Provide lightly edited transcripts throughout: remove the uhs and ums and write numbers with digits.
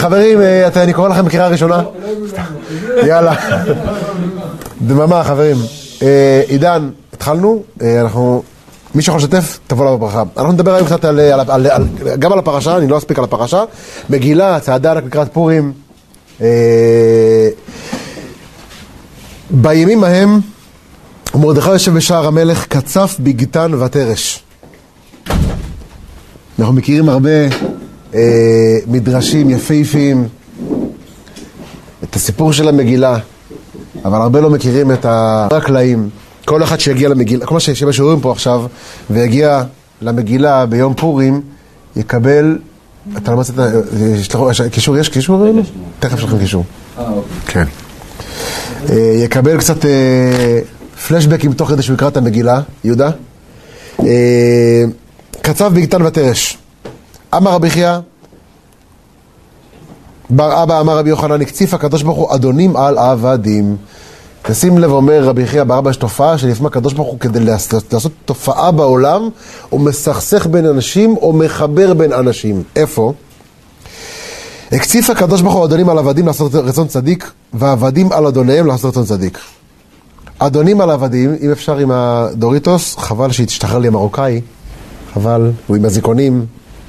חברים, אני קורא לכם בקריאה ראשונה. יאללה. דממה, חברים. עידן, התחלנו. מי שיכול לשתף, תבוא לה בברכה. אנחנו נדבר היום קצת גם על הפרשה, אני לא אספיק על הפרשה. מגילה, צעדה רק לקראת פורים. בימים ההם, מרדכי יושב בשער המלך, קצף בגתן ותרש. אנחנו מכירים הרבה מדרשים יפהפיים, את הסיפור של המגילה, אבל הרבה לא מכירים את הקלעים. כל אחד שיגיע למגילה, כל מה שבשיעורים פה עכשיו, ויגיע למגילה ביום פורים, יקבל, אתה לא מצאת, קישור, יש קישור? תכף שלכם קישור. כן. יקבל קצת פלשבקים תוך כדי שהוא יקרא את המגילה, יהודה. קצף בגתן ותרש. אמר רבי חייא, בר אבא אמר רבי יוחנן, הקציף הקדוש ברוך הוא אדונים על עבדים. תשים לב, אומר רבי חייא בר אבא, יש תופעה שלפעמים הקדוש ברוך הוא כדי לעשות תופעה בעולם, הוא מסכסך בין אנשים או מחבר בין אנשים. איפה? הקציף הקדוש ברוך הוא אדונים על עבדים לעשות רצון צדיק, והעבדים על אדוניהם לעשות רצון צדיק. אדונים על עבדים, אם אפשר עם הדוריטוס, חבל שהתשתחרר לי המרוקאי, חבל, הוא עם הזיקונים.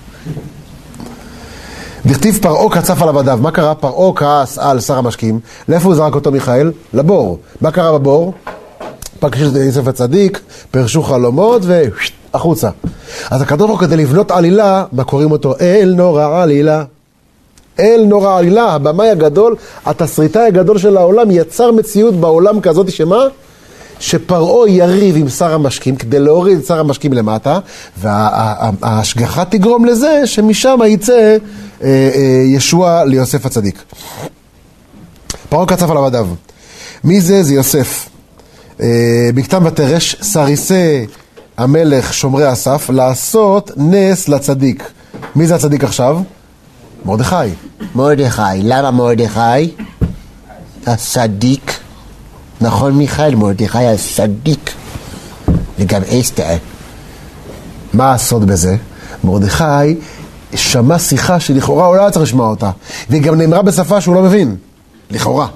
דכתיב פרעה קצף על עבדיו. מה קרה? פרעה כעס על שר המשקים. לאיפה הוא זרק אותו מיכאל? לבור. מה קרה בבור? פגש יוסף הצדיק, פרשו חלומות והחוצה. אז הקדוש ברוך הוא כדי לבנות עלילה, מה קוראים אותו? אל נורא עלילה. אל נורא עלילה, הבמאי הגדול, התסריטאי הגדול של העולם, יצר מציאות בעולם כזאת שמה? שפרעה יריב עם שר המשקים כדי להוריד את שר המשקים למטה, וההשגחה תגרום לזה שמשם יצא ישוע ליוסף הצדיק. פרעה קצף על עבדיו. מי זה? זה יוסף. בגתן ותרש, סריסי המלך שומרי אסף, לעשות נס לצדיק. מי זה הצדיק עכשיו? מרדכי. מרדכי. למה מרדכי? הצדיק. נכון מיכאל, מרדכי הצדיק. וגם אסתר. מה הסוד בזה? מרדכי שמע שיחה שלכאורה הוא לא צריך לשמוע אותה, והיא גם נאמרה בשפה שהוא לא מבין, לכאורה.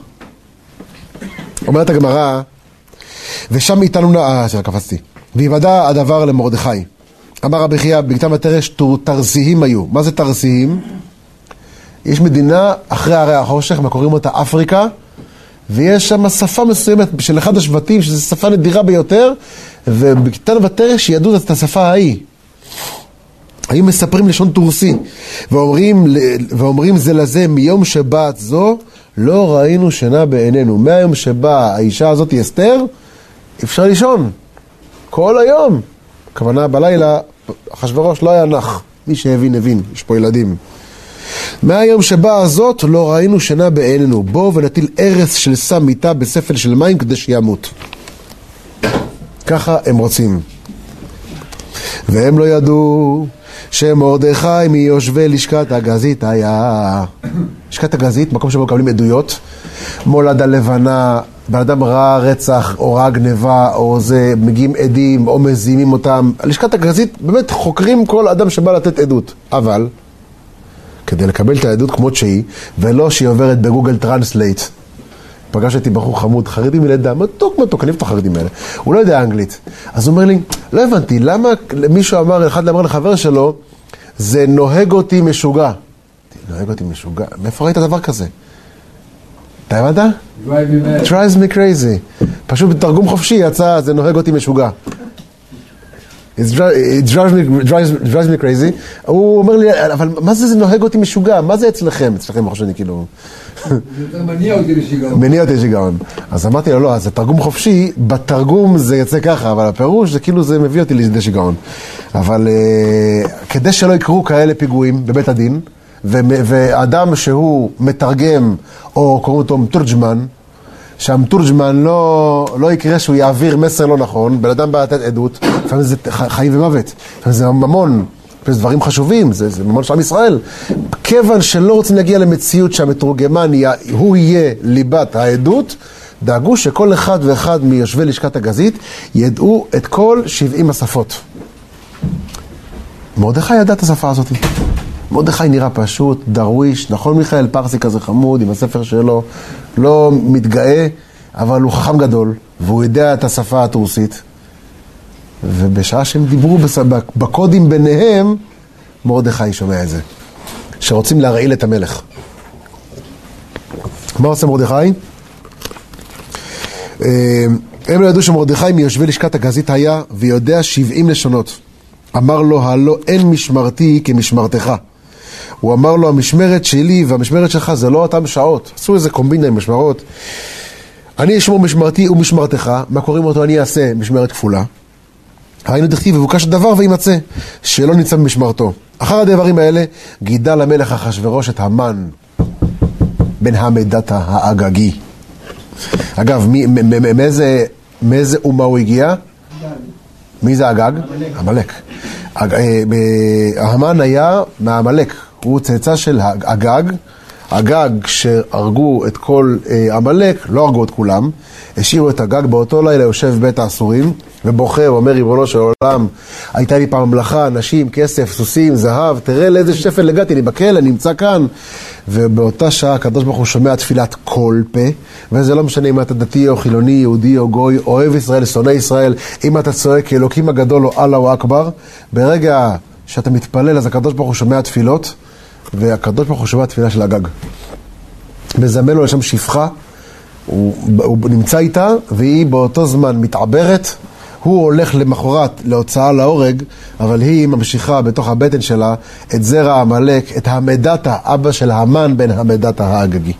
אומרת הגמרא, ושם איתנו קפצתי, ויוודע הדבר למרדכי. אמר רבי חייא, בגתן ותרש תרסיים היו. מה זה תרסיים? יש מדינה אחרי הרי החושך, מה קוראים אותה אפריקה, ויש שם שפה מסוימת של אחד השבטים, שזו שפה נדירה ביותר, ובגתן ותרש ידעו את השפה ההיא. היו מספרים לשון טורסי, ואומרים זה לזה, מיום שבאת זו, לא ראינו שינה בעינינו. מהיום שבא האישה הזאת אסתר, אפשר לישון. כל היום. הכוונה בלילה, אחשוורוש לא היה נח. מי שהבין, הבין. יש פה ילדים. מהיום שבא הזאת, לא ראינו שינה בעינינו. בוא ונטיל ארס של סם מיטה בספל של מים כדי שימות. ככה הם רוצים. והם לא ידעו שמרדכי מיושבי לשכת הגזית היה. לשכת הגזית, מקום שבו מקבלים עדויות. מולדה לבנה, באדם רע רצח, או רע גניבה, או זה, מגיעים עדים, או מזימים אותם. לשכת הגזית, באמת חוקרים כל אדם שבא לתת עדות. אבל, כדי לקבל את העדות כמות שהיא, ולא שהיא עוברת בגוגל טרנסלייט. פגשתי בחור חמוד, חרדי מלידה, מתוק, אני אוהב את החרדים האלה. הוא לא יודע אנגלית. אז הוא אומר לי, לא הבנתי, למה מישהו אמר, אחד אמר לחבר שלו, זה נוהג אותי משוגע. נוהג אותי משוגע? מאיפה ראית דבר כזה? אתה הבנת? Drives me crazy. פשוט בתרגום חופשי יצא, זה נוהג אותי משוגע. It drives me crazy. הוא אומר לי, אבל מה זה נוהג אותי משוגע? מה זה אצלכם? אצלכם בחושב שאני כאילו... זה יותר מניע אותי לשיגעון. מניע אותי לשיגעון. אז אמרתי לו, לא, זה תרגום חופשי, בתרגום זה יצא ככה, אבל הפירוש זה כאילו זה מביא אותי לידי שיגעון. אבל כדי שלא יקרו כאלה פיגועים בבית הדין, ואדם שהוא מתרגם, או קוראים אותו מתורג'מן, שהמתורג'מן לא יקרה שהוא יעביר מסר לא נכון, בן אדם בא לתת עדות, לפעמים זה חיים ומוות, לפעמים זה ממון, לפעמים זה דברים חשובים, זה ממון של עם ישראל. כיוון שלא רוצים להגיע למציאות שהמתורגמן הוא יהיה ליבת העדות, דאגו שכל אחד ואחד מיושבי לשכת הגזית ידעו את כל 70 השפות. מרדכי ידע את השפה הזאת. מרדכי נראה פשוט, דרוויש, נכון מיכאל? פרסי כזה חמוד עם הספר שלו, לא מתגאה, אבל הוא חכם גדול, והוא יודע את השפה הטורסית. ובשעה שהם דיברו בקודים ביניהם, מרדכי שומע את זה. שרוצים להרעיל את המלך. מה עושה מרדכי? הם לא ידעו שמרדכי מיושבי לשכת הגזית היה, ויודע 70 לשונות. אמר לו, הלא אין משמרתי כמשמרתך. הוא אמר לו, המשמרת שלי והמשמרת שלך זה לא אותם שעות. עשו איזה קומבינה עם משמרות. אני אשמור משמרתי ומשמרתך, מה קוראים אותו? אני אעשה משמרת כפולה. היינו דכתיב מבוקש הדבר וימצא, שלא ניצב במשמרתו. אחר הדברים האלה, גידל המלך אחשוורוש את המן, בן המדתה האגגי. אגב, מאיזה אומה הוא הגיע? מי זה אגג? המלך. המן היה מהמלך, הוא צאצא של אגג. אגג שהרגו את כל המלך, לא הרגו את כולם, השאירו את אגג, באותו לילה יושב בית האסורים ובוחר, אומר ריבונו של עולם, הייתה לי פעם ממלכה, נשים, כסף, סוסים, זהב, תראה לאיזה שפל הגעתי, אני בכלא, נמצא כאן. ובאותה שעה הקדוש ברוך הוא שומע תפילת כל פה, וזה לא משנה אם אתה דתי או חילוני, יהודי או גוי, אוהב ישראל, שונא ישראל, אם אתה צועק אלוקים הגדול או אללה אכבר, ברגע שאתה מתפלל אז הקדוש ברוך הוא שומע תפילות, והקדוש ברוך הוא שומע תפילה של אגג. מזמן לו לשם שפחה, הוא נמצא איתה, והיא באותו זמן מתעברת, הוא הולך למחרת להוצאה להורג, אבל היא ממשיכה בתוך הבטן שלה את זרע המלך, את המדתה, אבא של המן בן המדתה האגגי.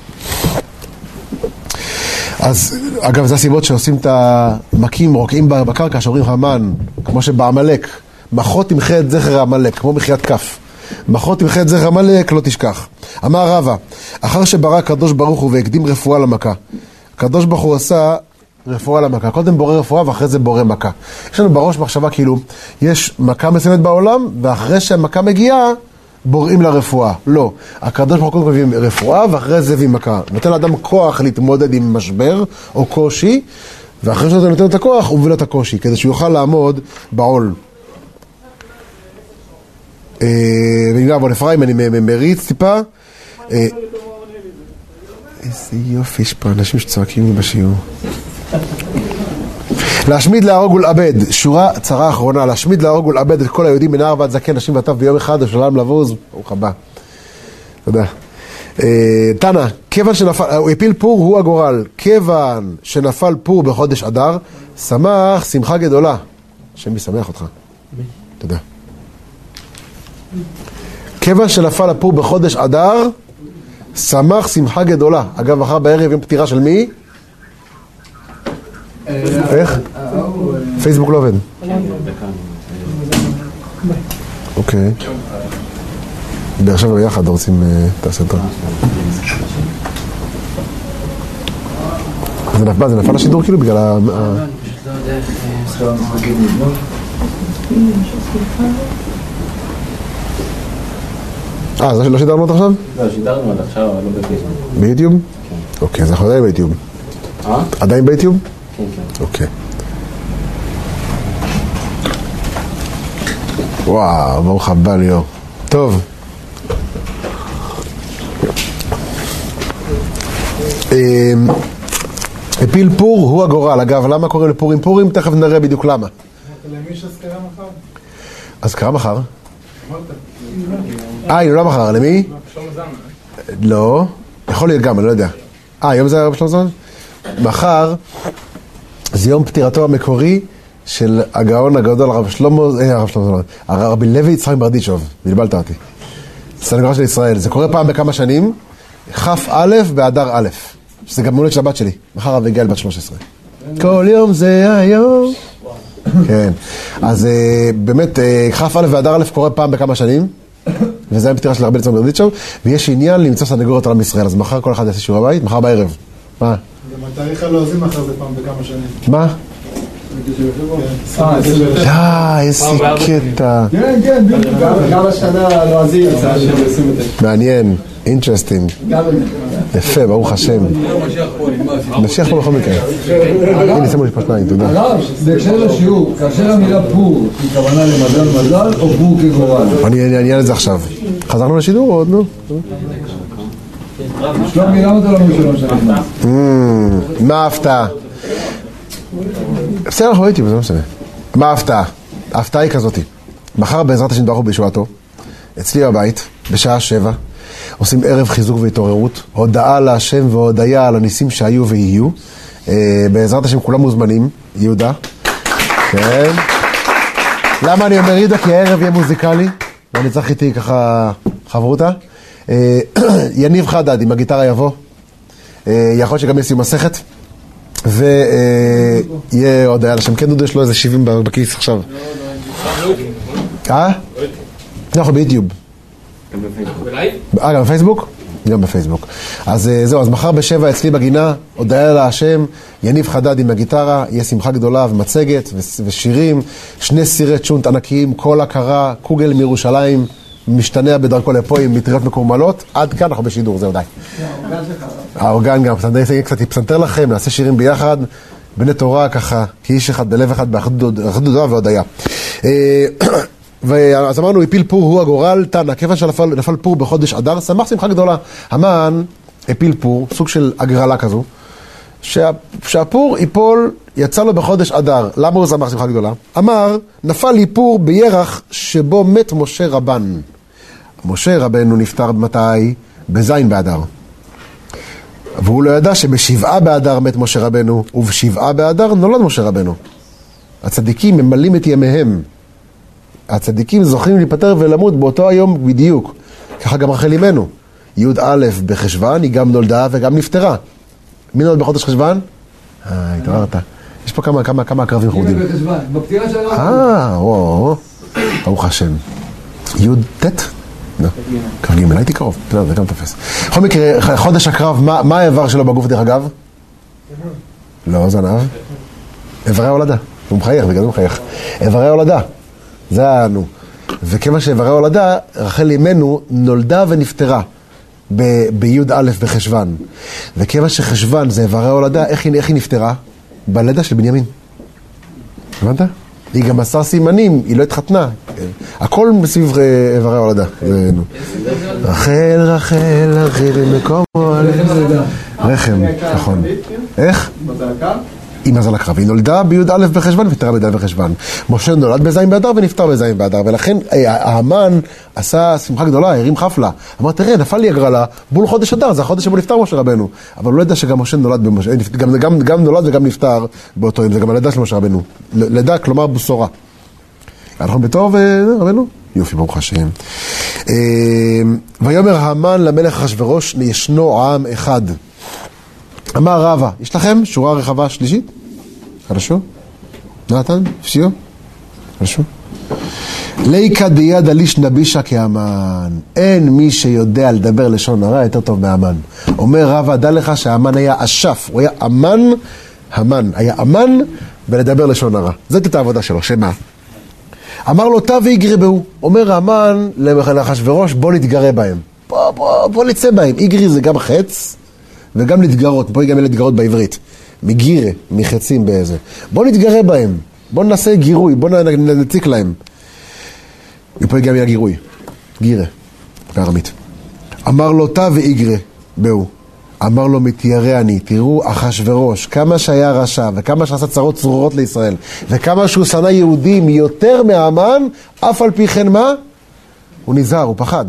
אז אגב, זה הסיבות שעושים את המקים, רוקעים בקרקע, שאומרים המן, כמו שבעמלק, מחות תמחה את זכר המלך, כמו מחיית כף. מחות תמחה את זכר המלך, לא תשכח. אמר רבא, אחר שברא הקדוש ברוך הוא והקדים רפואה למכה, הקדוש ברוך הוא עשה רפואה למכה. קודם בורא רפואה ואחרי זה בורא מכה. יש לנו בראש מחשבה כאילו, יש מכה מסוימת בעולם, ואחרי שהמכה מגיעה, בוראים לרפואה. לא. הקדוש ברוך הוא קודם מביא רפואה, ואחרי זה מביא מכה. נותן לאדם כוח להתמודד עם משבר או קושי, ואחרי שאתה נותן את הכוח, הוא מביא לו את הקושי, כדי שהוא יוכל לעמוד בעול. ונגע בו לפריים, אני מריץ טיפה. איזה יופי, יש פה אנשים שצועקים לי בשיעור. להשמיד, להרוג ולאבד. שורה צרה אחרונה, להשמיד, להרוג ולאבד את כל היהודים מנער ועד זקן, נשים וטף ביום אחד, ושלם לבוז. ברוך הבא. תודה. תנא, כיוון שנפל, הוא הפיל פור הוא הגורל. כיוון שנפל פור בחודש אדר, שמח שמחה גדולה. השם ישמח אותך. תודה. כיוון שנפל הפור בחודש אדר, שמח שמחה גדולה. אגב, מחר בערב יום פטירה של מי? איך? פייסבוק לא עובד. אוקיי. עכשיו ביחד רוצים את הסרטון. זה נפל השידור כאילו בגלל ה... לא שידרנו עוד עכשיו? לא, שידרנו עד עכשיו, אבל לא בפייסבוק. ביוטיוב? כן. אוקיי, אז אנחנו עדיין ביוטיוב. עדיין ביוטיוב? כן, כן. אוקיי. וואו, ברוך הבא ליאור. טוב. הפיל פור הוא הגורל. אגב, למה קוראים לפורים פורים? תכף נראה בדיוק למה. למי שאזכרה מחר? אזכרה מחר? אמרת. לא מחר, למי? שלום זמן. לא, יכול להיות גם, אני לא יודע. היום זה הרב שלום זמן? מחר זה יום פטירתו המקורי של הגאון הגדול הרב שלמה זמן, הרבי לוי יצחק ברדיצ'וב, בלבלת אותי. סנגוריה של ישראל, זה קורה פעם בכמה שנים, כ"א באדר א', שזה גם מולד של הבת שלי, מחר הרב יגאל בת 13. כל יום זה היום. כן, אז באמת כ"א באדר א' קורה פעם בכמה שנים, וזה היה פטירה של הרבי יצחק ברדיצ'וב, ויש עניין למצוא סנגוריות על עם ישראל, אז מחר כל אחד יעשה שיעור הבית, מחר בערב. מה? גם התאריך הלועזי מחר זה פעם בכמה שנים. מה? איזה קטע. כן, כן, גם השנה לועזי יצא. מעניין, אינטרסטינג. יפה, ברוך השם. משיח פה בכל מקרה. הנה, שמו לי פה שניים, תודה. הרב, בהקשר לשיעור, כאשר המילה פור היא כוונה למזל מזל או פור כגורל? אני אעניין את זה עכשיו. חזרנו לשידור או עוד, נו? שלומי, למה אתה לא משלום שנכנס? מה ההפתעה? בסדר, אנחנו ראיתי, זה לא משנה. מה ההפתעה? ההפתעה היא כזאת. מחר בעזרת השם דרכו בישועתו, אצלי בבית, בשעה 7, עושים ערב חיזוק והתעוררות, הודעה להשם והודיה על הניסים שהיו ויהיו. בעזרת השם כולם מוזמנים, יהודה. כן. למה אני אומר יהודה? כי הערב יהיה מוזיקלי, ואני צריך איתי ככה חברותה. יניב חדד עם הגיטרה יבוא. יכול שגם יסיום מסכת. ויהיה עוד היה לשם, כן דודו יש לו איזה 70 בכיס עכשיו. אנחנו ביוטיוב. גם בפייסבוק? גם בפייסבוק. אז זהו, אז מחר ב7 אצלי בגינה, הודיה להשם, יניב חדד עם הגיטרה, יהיה שמחה גדולה ומצגת ושירים, 2 סירי צ'ונט ענקיים, כל הכרה, קוגל מירושלים, משתנע בדרכו לפה עם מטריות מקורמלות, עד כאן אנחנו בשידור, זהו די. האורגן גם, קצת יפסנתר לכם, נעשה שירים ביחד, בני תורה ככה, כאיש אחד, בלב אחד, באחדות דודה והודיה. אז אמרנו, הפיל פור הוא הגורל, תנא, כיוון שנפל פור בחודש אדר, שמח שמחה גדולה. המן הפיל פור, סוג של הגרלה כזו, שהפור ייפול, יצא לו בחודש אדר. למה הוא שמח שמחה גדולה? אמר, נפל לי פור בירח שבו מת משה רבן. משה רבנו נפטר מתי? בזין באדר. והוא לא ידע שבשבעה באדר מת משה רבנו, ובשבעה באדר נולד משה רבנו. הצדיקים ממלאים את ימיהם. הצדיקים זוכים להיפטר ולמות באותו היום בדיוק. ככה גם רחל אמנו. י' בחשוון היא גם נולדה וגם נפטרה. מי נולד בחודש חשוון? התעוררת. יש פה כמה הקרבים חורדים. בפטירה שלנו. ברוך השם. י' ט'? לא. כרגים, הייתי קרוב. זה גם תופס. בכל מקרה, חודש הקרב, מה האיבר שלו בגוף דרך אגב? לא, זנב. איברי ההולדה. הוא מחייך, בגלל הוא מחייך. איברי ההולדה. זה היה וכיוון שאיברי ההולדה, רחל אמנו נולדה ונפטרה בי' בחשוון. וכיוון שחשוון זה איברי ההולדה, איך היא נפטרה? בלידה של בנימין. הבנת? היא גם עשה סימנים, היא לא התחתנה. הכל מסביב איברי ההולדה. רחל, רחל, רחל, מקום רחם, נכון. איך? היא מזל הקרב. היא נולדה בי' בחשוון ונפטרה בי' בחשוון. משה נולד בזין באדר ונפטר בזין באדר. ולכן האמן עשה שמחה גדולה, הרים חפלה. אמר, תראה, נפל לי הגרלה, בול חודש אדר, זה החודש שבו נפטר משה רבנו. אבל הוא לא ידע שגם משה נולד, גם נולד וגם נפטר באותו יום. זה גם הלידה של משה רבנו. לידה, כלומר בשורה. אנחנו בטוב, רבנו? יופי, ברוך השם. ויאמר המן למלך אחשוורוש, ישנו עם אחד. אמר רבא, יש לכם שורה רחבה שלישית? חדשו? נתן? פסיו? חדשו? ליקה דיד אליש נבישה כאמן. אין מי שיודע לדבר לשון הרע יותר טוב מהמן. אומר רבא, דע לך שהאמן היה אשף, הוא היה המן היה אמן בלדבר לשון הרע. זאת את העבודה שלו, שמה? אמר לו, תא ויגרי בהו. אומר האמן לאחשוורוש, בוא נתגרה בהם. בוא נצא בהם. איגרי זה גם חץ, וגם להתגרות, פה גם להתגרות בעברית, מגירה, מחצים באיזה. בוא נתגרה בהם, בוא נעשה גירוי, בוא נציק להם. ופה גם יהיה גירוי, גירה, בארמית. אמר לו תא ואיגרה בהו, אמר לו מתיירא אני, תראו אחשוורוש, כמה שהיה רשע, וכמה שעשה צרות צרורות לישראל, וכמה שהוא שנא יהודים יותר מהמן, אף על פי כן מה? הוא נזהר, הוא פחד.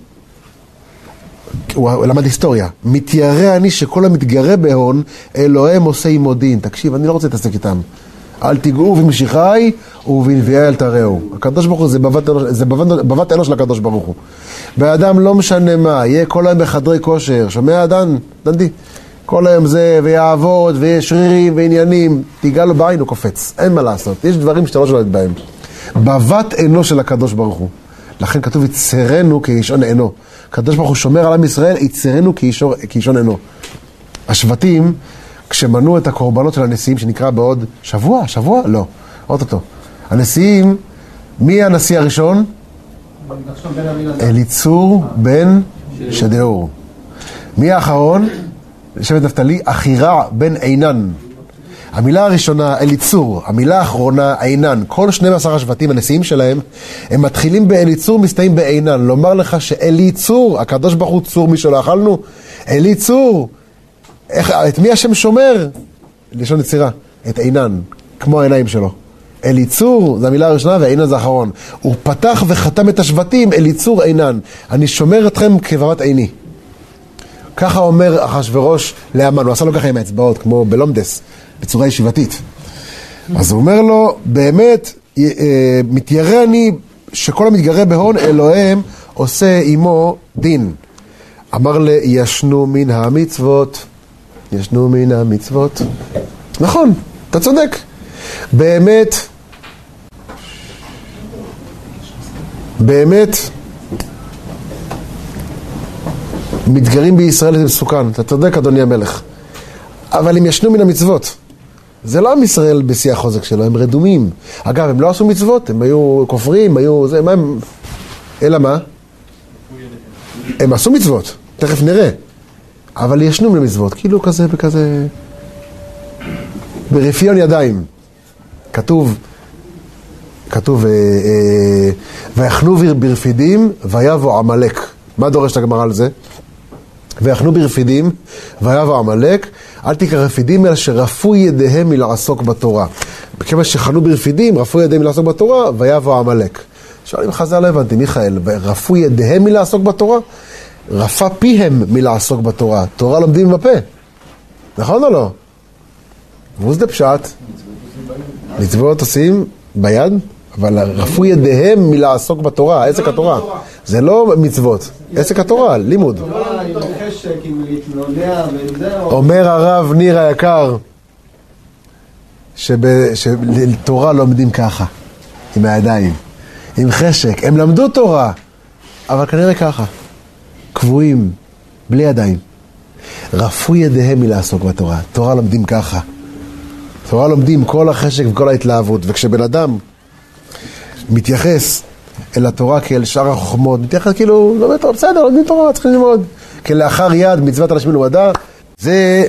הוא למד היסטוריה. מתיירא אני שכל המתגרה בהון, אלוהים עושה עמו דין. תקשיב, אני לא רוצה להתעסק איתם. אל תיגעו במשיחי ובנביאי אל תראו. הקדוש ברוך הוא זה בבת אנוש לקדוש ברוך הוא. באדם לא משנה מה, יהיה כל היום בחדרי כושר. שומע דנדי? כל היום זה ויעבוד ויש שרירים ועניינים. תיגע לו בעין הוא קופץ. אין מה לעשות. יש דברים שאתה לא שולט בהם. בבת אנוש של הקדוש ברוך הוא. לכן כתוב יצרנו כאישון עינו. הקדוש ברוך הוא שומר על עם ישראל, יצרנו כאישון עינו. השבטים, כשמנו את הקורבנות של הנשיאים, שנקרא בעוד שבוע? לא, אותו. הנשיאים, מי הנשיא הראשון? אליצור בן שדאור. מי האחרון? שבט נפתלי, אחירה בן עינן. המילה הראשונה אליצור, המילה האחרונה עינן. כל 12 השבטים הנשיאים שלהם, הם מתחילים באליצור, מסתיים בעינן. לומר לך שאליצור, הקדוש ברוך הוא צור מי שלא אכלנו, אליצור, את מי השם שומר? לשון יצירה, את עינן, כמו העיניים שלו. אליצור זה המילה הראשונה והעינן זה האחרון. הוא פתח וחתם את השבטים, אליצור עינן. אני שומר אתכם כבבת עיני. ככה אומר אחשוורוש להמן, הוא עשה לו ככה עם האצבעות, כמו בלומדס, בצורה ישיבתית. אז הוא אומר לו, באמת, מתיירא אני שכל המתגרה בהון אלוהים עושה עמו דין. אמר לי, ישנו מן המצוות. ישנו מן המצוות. נכון, אתה צודק. באמת, מתגרים בישראל זה מסוכן. אתה צודק, אדוני המלך. אבל הם ישנו מן המצוות. זה לא עם ישראל בשיא החוזק שלו, הם רדומים. אגב, הם לא עשו מצוות, הם היו כופרים, היו זה, מה הם... אלא מה? הם עשו מצוות, תכף נראה. אבל ישנו מן המצוות, כאילו כזה וכזה... ברפיון ידיים. כתוב, ויחנו ברפידים ויבוא עמלק. מה דורש הגמרא על זה? ויחנו ברפידים ויבוא עמלק. אל תקרא רפידים אלא שרפו ידיהם מלעסוק בתורה. בכמה שחנו ברפידים, רפו ידיהם מלעסוק בתורה, ויבוא עמלק. שואלים חז"ל, לא הבנתי, מיכאל, רפו ידיהם מלעסוק בתורה? רפה פיהם מלעסוק בתורה. תורה לומדים עם הפה. נכון או לא? וזה דה פשט. מצוות עושים ביד, אבל רפו ידיהם מלעסוק בתורה. עסק התורה. זה לא מצוות. עסק התורה, לימוד. אומר הרב ניר היקר, שבתורה לומדים ככה, עם הידיים, עם חשק. הם למדו תורה, אבל כנראה ככה. קבועים, בלי ידיים. רפו ידיהם מלעסוק בתורה. תורה לומדים ככה. תורה לומדים כל החשק וכל ההתלהבות. וכשבן אדם מתייחס אל התורה כאל שאר החוכמות, מתייחס כאילו, לומד תורה, בסדר, לומדים תורה, צריכים ללמוד. כלאחר יד מצוות אנשים מלומדה, זה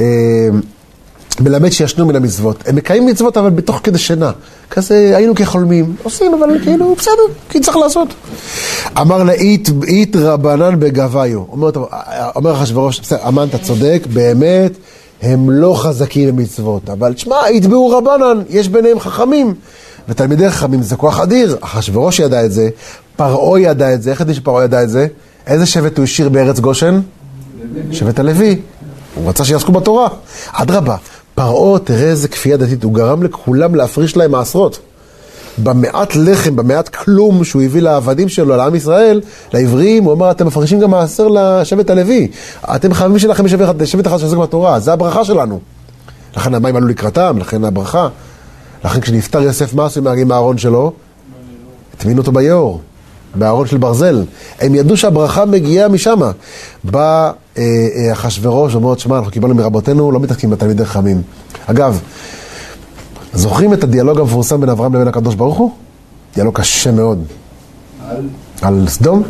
מלמד שישנו מן המצוות. הם מקיים מצוות אבל בתוך כדי שינה. כזה היינו כחולמים, עושים אבל כאילו בסדר, כי צריך לעשות. אמר לה, אית רבנן בגביו. אומר אחשוורוש, אמן אתה צודק, באמת הם לא חזקים במצוות, אבל תשמע, יתבעו רבנן, יש ביניהם חכמים. ותלמידי חכמים זה כוח אדיר. אחשוורוש ידע את זה, פרעה ידע את זה. איך ידע שפרעה ידע את זה? איזה שבט הוא השאיר בארץ גושן? שבט הלוי. הוא רצה שיעסקו בתורה. אדרבה, פרעה, תראה איזה כפייה דתית, הוא גרם לכולם להפריש להם מעשרות. במעט לחם, במעט כלום שהוא הביא לעבדים שלו, לעם ישראל, לעבריים, הוא אמר, אתם מפרישים גם מעשר לשבט הלוי. אתם חייבים שלכם שבט אחד שעסק בתורה, זה הברכה שלנו. לכן המים עלו לקראתם, לכן הברכה. לכן כשנפטר יוסף, מה עשו עם הארון שלו? הטמינו אותו ביאור, בארון של ברזל. הם ידעו שהברכה מגיעה משם. בא אחשוורוש ואומר, שמע, אנחנו קיבלנו מרבותינו, לא מתעסקים בתלמידי חכמים. אגב, זוכרים את הדיאלוג המפורסם בין אברהם לבין הקדוש ברוך הוא? דיאלוג קשה מאוד. על סדום?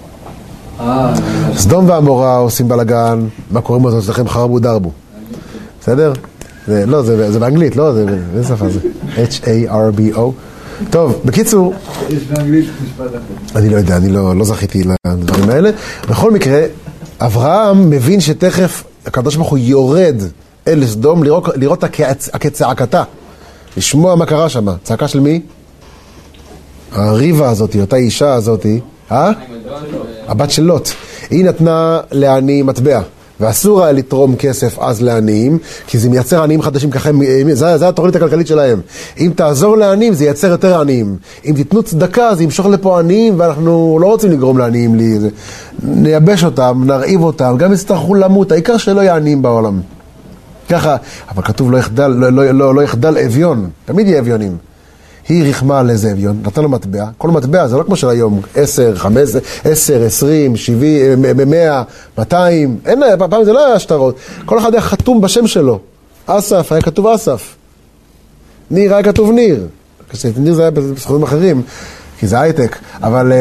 סדום ועמורה עושים בלגן, מה קוראים לזה? אצלכם חרבו דרבו. בסדר? לא, זה באנגלית, לא? זה שפה זה. H-A-R-B-O. טוב, בקיצור, יש באנגלית משפט אחר. אני לא יודע, אני לא זכיתי לדברים האלה. בכל מקרה, אברהם מבין שתכף הקדוש ברוך הוא יורד אל סדום לראות כצעקתה. לשמוע מה קרה שם. צעקה של מי? הריבה הזאת, אותה אישה הזאת, הבת של לוט. היא נתנה לעני מטבע. ואסור היה לתרום כסף אז לעניים, כי זה מייצר עניים חדשים ככה, זה התוכנית הכלכלית שלהם. אם תעזור לעניים, זה ייצר יותר עניים. אם תיתנו צדקה, זה ימשוך לפה עניים, ואנחנו לא רוצים לגרום לעניים נייבש אותם, נרעיב אותם, גם יצטרכו למות, העיקר שלא יהיה עניים בעולם. ככה, אבל כתוב לא יחדל אביון, תמיד יהיה אביונים. היא רחמה על איזה אביון, נתן לו מטבע, כל מטבע זה לא כמו של היום, 10, 15, 10, 20, 70, 100, 200, אין, פעם זה לא היה שטרות, כל אחד היה חתום בשם שלו, אסף, היה כתוב אסף. ניר, היה כתוב ניר. ניר זה היה בסכומים אחרים, כי זה הייטק, אבל...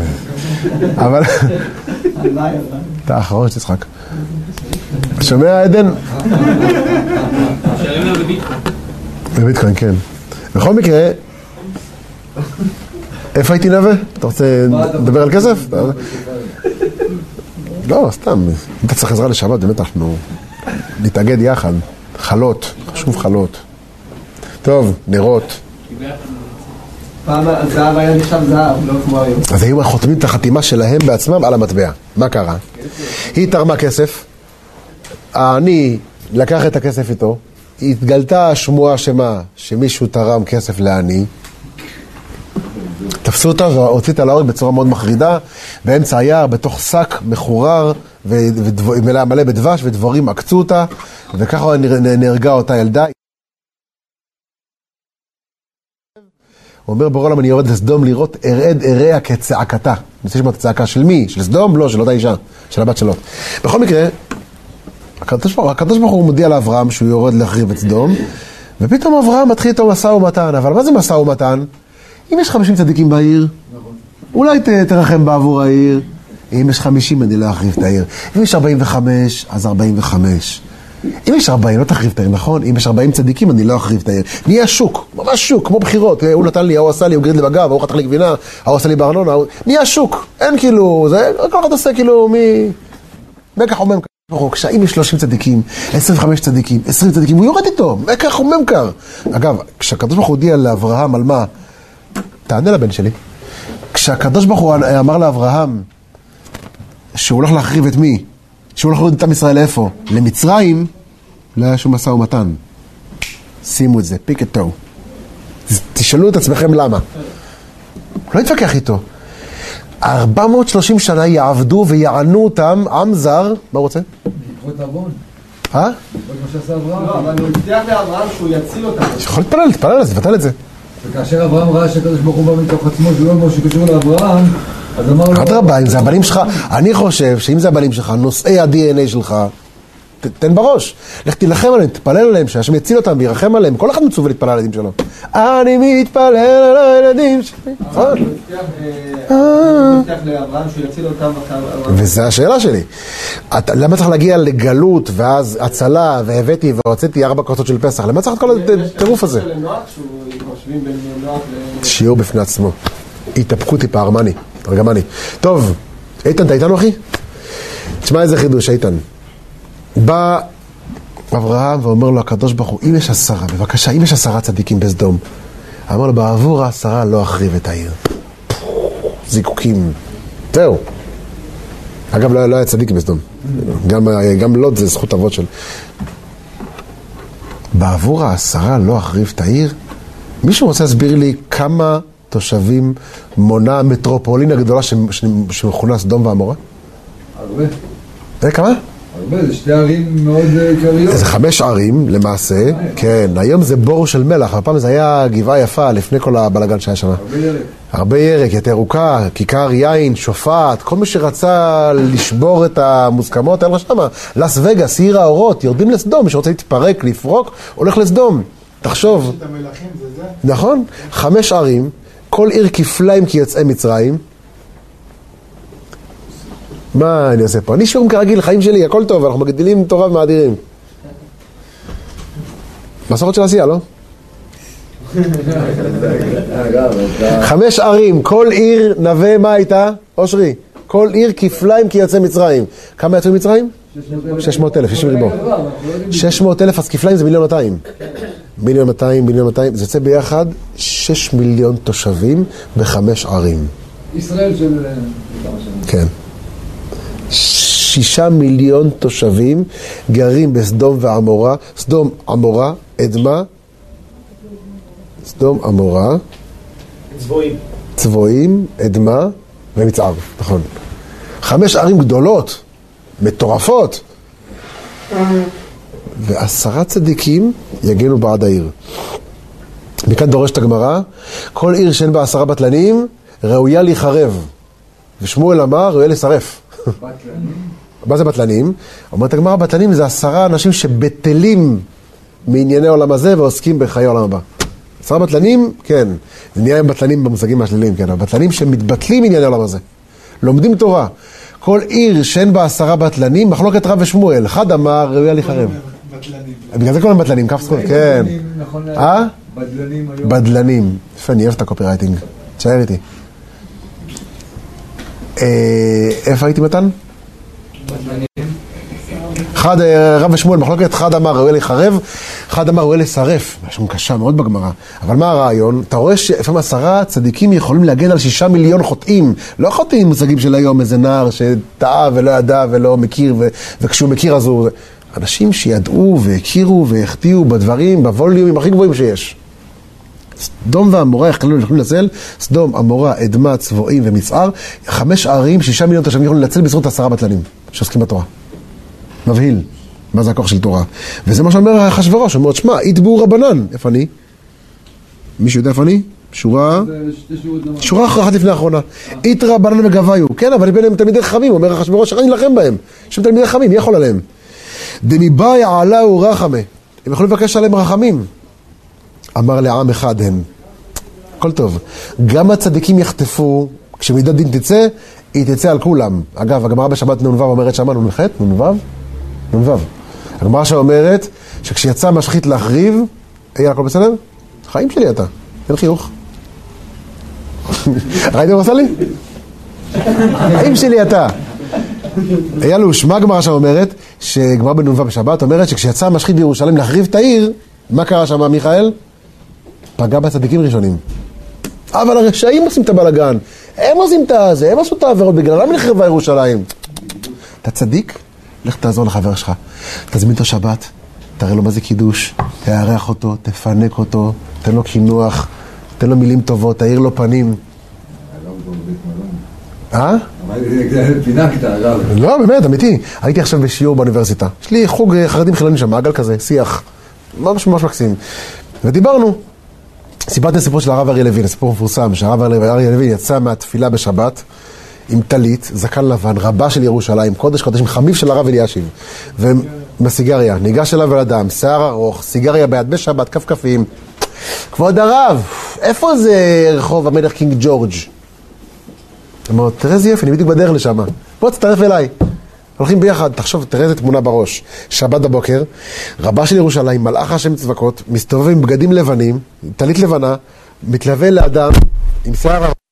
אתה האחרון שתצחק. שומע עדן? שלם לה בביטקוין. בביטקוין, כן. בכל מקרה, איפה הייתי נווה? אתה רוצה לדבר על כסף? לא, סתם. אם אתה צריך עזרה לשבת, באמת אנחנו נתאגד יחד. חלות, חשוב חלות. טוב, נרות. פעם הזהב היה נחשב זהב, לא כמו היום. אז היו חותמים את החתימה שלהם בעצמם על המטבע. מה קרה? היא תרמה כסף, אני לקח את הכסף איתו, התגלתה שמועה שמה שמישהו תרם כסף לעני, תפסו אותה והוצאת להורג בצורה מאוד מחרידה, באמצע היער, בתוך שק מחורר מלא בדבש, ודבורים עקצו אותה, וככה נהרגה אותה ילדה. הוא אומר בעולם, אני יורד לסדום לראות ארד אריה כצעקתה. אני רוצה לשמוע את הצעקה של מי? של סדום? לא, של אותה אישה, של הבת שלו. בכל מקרה, הקדוש ברוך הוא מודיע לאברהם שהוא יורד להחריב את סדום, ופתאום אברהם מתחיל איתו משא ומתן. אבל מה זה משא ומתן? אם יש 50 צדיקים בעיר, אולי תרחם בעבור העיר. אם יש 50, אני לא אחריב את העיר. אם יש 45, אז 45. אם יש 40, לא תחריב את העיר, נכון? אם יש 40 צדיקים, אני לא אחריב את העיר. נהיה שוק, ממש שוק, כמו בחירות. הוא נתן לי, הוא עשה לי, הוא גריד לי בגב, הוא חתך לי גבינה, הוא עשה לי בארנונה, נהיה שוק. אין כאילו, זה, כל אחד עושה כאילו מקח או ממקר. כשאם יש 30 צדיקים, 25 צדיקים, 20 צדיקים, הוא יורד איתו, מקח או ממקר. אגב, כשהקדוש ברוך הוא הודיע לאברהם על מה, תענה לבן שלי. כשהקדוש ברוך הוא אמר לאברהם שהוא הולך להחריב את מי? שהוא הולך להוריד את עם ישראל לאיפה? למצרים, לא היה שום משא ומתן. שימו את זה, פיק את תו. תשאלו את עצמכם למה. לא יתווכח איתו. 430 שנה יעבדו ויענו אותם, עם זר, מה רוצה? לקרוא את אברהם. מה שעשה אברהם. לא, אבל הוא הבטיח לאברהם שהוא יציל אותם. יכול להתפלל על זה, תבטל את זה. וכאשר אברהם ראה שהקדוש ברוך הוא בא מתוך עצמו, זה לא משהו שקשור לאברהם, אז אמר לו... אדרבה, אם זה הבנים שלך, אני חושב שאם זה הבנים שלך, נושאי ה-DNA שלך, תן בראש. לך תילחם עליהם, תתפלל עליהם, שהשם יציל אותם וירחם עליהם. כל אחד מצווה להתפלל על הילדים שלו. אני מתפלל על הילדים שלי. הוא הבטיח לאברהם שהוא יציל אותם. וזו השאלה שלי. למה צריך להגיע לגלות, ואז הצלה, והבאתי והוצאתי 4 כוסות של פסח? למה צריך את כל הטירוף הזה? שיעור בפני עצמו. התאפקו טיפה, ארגמני. טוב, איתן, אתה איתנו אחי? תשמע איזה חידוש, איתן. בא אברהם ואומר לו הקדוש ברוך הוא, אם יש 10, בבקשה, אם יש 10 צדיקים בסדום, אמר לו, בעבור 10 לא אחריב את העיר. זיקוקים. זהו. אגב, לא היה צדיק בסדום. גם לוט זה זכות אבות של... בעבור 10 לא אחריב את העיר? מישהו רוצה להסביר לי כמה תושבים מונה המטרופולין הגדולה שמכונה סדום ועמורה? הרבה. כמה? הרבה, זה 2 ערים מאוד עיקריות. זה 5 ערים למעשה, כן, היום זה בור של מלח, הפעם זה היה גבעה יפה לפני כל הבלגן שהיה שם. הרבה ירק, יותר ירוקה, כיכר יין, שופט, כל מי שרצה לשבור את המוסכמות, היה שם, לס וגאס, עיר האורות, יורדים לסדום, מי שרוצה להתפרק, לפרוק, הולך לסדום. תחשוב. נכון? 5 ערים, כל עיר כפליים כי יוצאי מצרים. מה אני עושה פה? אני שיעור כרגיל, חיים שלי, הכל טוב, אנחנו מגדילים תורה ומאדירים. מסורת של עשייה, לא? 5 ערים, כל עיר נווה מה הייתה? אושרי, כל עיר כפליים כי יוצאי מצרים. כמה יצאו מצרים? 600,000, 60 ריבו. 600,000, אז כפליים זה 1,200,000. 1,200,000, זה יוצא ביחד 6 מיליון תושבים ב5 ערים. ישראל של... כן. 6 מיליון תושבים גרים בסדום ועמורה. סדום, עמורה, אדמה. סדום, עמורה. צבועים, אדמה ומצער, נכון. 5 ערים גדולות, מטורפות. ו10 צדיקים יגנו בעד העיר. מכאן דורשת הגמרא, כל עיר שאין בה 10 בטלנים, ראויה להיחרב. ושמואל אמר, ראויה לשרף. מה זה בטלנים? אומרת הגמרא, בטלנים זה 10 אנשים שבטלים מענייני העולם הזה ועוסקים בחיי העולם הבא. 10 בטלנים, כן. זה נהיה עם בטלנים במושגים השליליים, כן. אבל בטלנים שמתבטלים מענייני העולם הזה. לומדים תורה. כל עיר שאין בה 10 בטלנים, מחלוקת רב ושמואל. אחד אמר, ראויה להיחרב. בגלל זה קוראים בטלנים, כף זכות, כן. בדלנים היום. בדלנים. יפה, אני אוהב את הקופירייטינג. תשאר איתי. איפה הייתי מתן? אחד רב ושמואל מחלוקת, אחד אמר ראוי להיחרב, אחד אמר ראוי לשרף, משהו קשה מאוד בגמרא. אבל מה הרעיון? אתה רואה שלפעמים 10 צדיקים יכולים להגן על 6 מיליון חוטאים, לא חוטאים מושגים של היום, איזה נער שטעה ולא ידע ולא מכיר, וכשהוא מכיר אז הוא... אנשים שידעו והכירו והחטיאו בדברים, בווליומים הכי גבוהים שיש. סדום ועמורה יכולים לנצל, סדום, עמורה, אדמה, צבועים ומצער, 5 ערים, 6 מיליון תושבים יכולים לנצל בזכות 10 בטלנים שעוסקים בתורה. מבהיל, מה זה הכוח של תורה. וזה מה שאומר אחשוורוש, הוא אומר, שמע, יתבעו רבנן. איפה אני? מישהו יודע איפה אני? שורה אחת לפני האחרונה. ית רבנן וגביו. כן, אבל ביניהם תלמידי חכמים, אומר אחשוורוש, אני אלחם בהם. שהם תלמידי חכמים, מי יכול עליהם? דמיבאי עלהו רחמה. הם יכולים לבקש עליהם רחמים. אמר לעם אחד הם. הכל טוב. גם הצדיקים יחטפו, כשמידת דין תצא, היא תצא על כולם. אגב, הגמרא בשבת נ"ו אומרת שמה נ"ח, נ"ו. הגמרא שאומרת שכשיצא משחית להחריב, הכל בסדר? חיים שלי אתה, אין חיוך. ראיתם עושה לי? חיים שלי אתה. היה לו שמה גמרא שאומרת, שגמרא בנ"ו בשבת אומרת שכשיצא משחית בירושלים להחריב את העיר, מה קרה שם מיכאל? פגע בצדיקים ראשונים. אבל הרשעים עושים את הבלגן. הם עושים את זה, הם עשו את העבירות בגללם נחרבה ירושלים. אתה צדיק? לך תעזור לחבר שלך. תזמין אותו שבת, תראה לו מה זה קידוש, תארח אותו, תפנק אותו, תן לו תן לו מילים טובות, תאיר לו פנים. פינקת, אגב. לא, באמת, אמיתי. הייתי עכשיו בשיעור באוניברסיטה. יש לי חוג חרדים חילונים שם, מעגל כזה, שיח. ממש מקסים. ודיברנו. סיפרתי סיפור של הרב אריה לוין, הסיפור מפורסם, שהרב אריה לוין יצא מהתפילה בשבת עם טלית, זקן לבן, רבה של ירושלים, קודש קודשים, חמיף של הרב אלישיב, ומסיגריה, ניגש אליו על אדם, שיער ארוך, סיגריה ביד בשבת, כפכפים. כבוד הרב, איפה זה רחוב המלך קינג ג'ורג'? אמר, תראה איזה יופי, אני בדיוק בדרך לשם, בוא תצטרף אליי. הולכים ביחד, תחשוב, תראה איזה תמונה בראש. שבת בבוקר, רבה של ירושלים, מלאך השם צבקות, מסתובב עם בגדים לבנים, טלית לבנה, מתלווה לאדם עם שיער ארוך.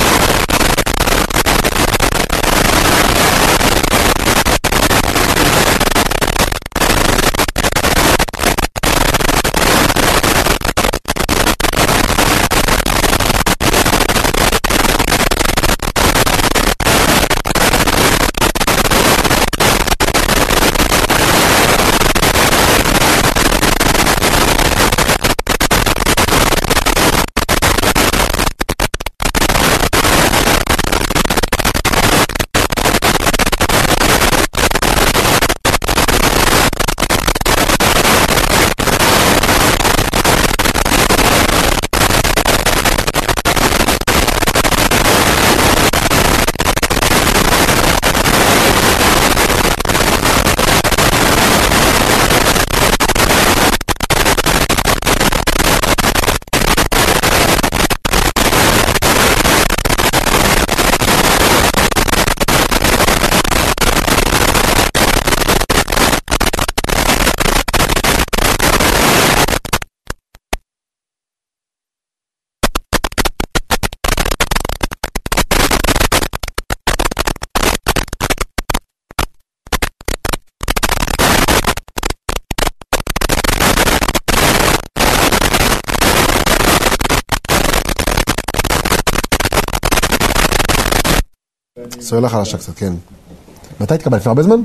סוהלה חלשה קצת, כן. מתי התקבל? לפני הרבה זמן?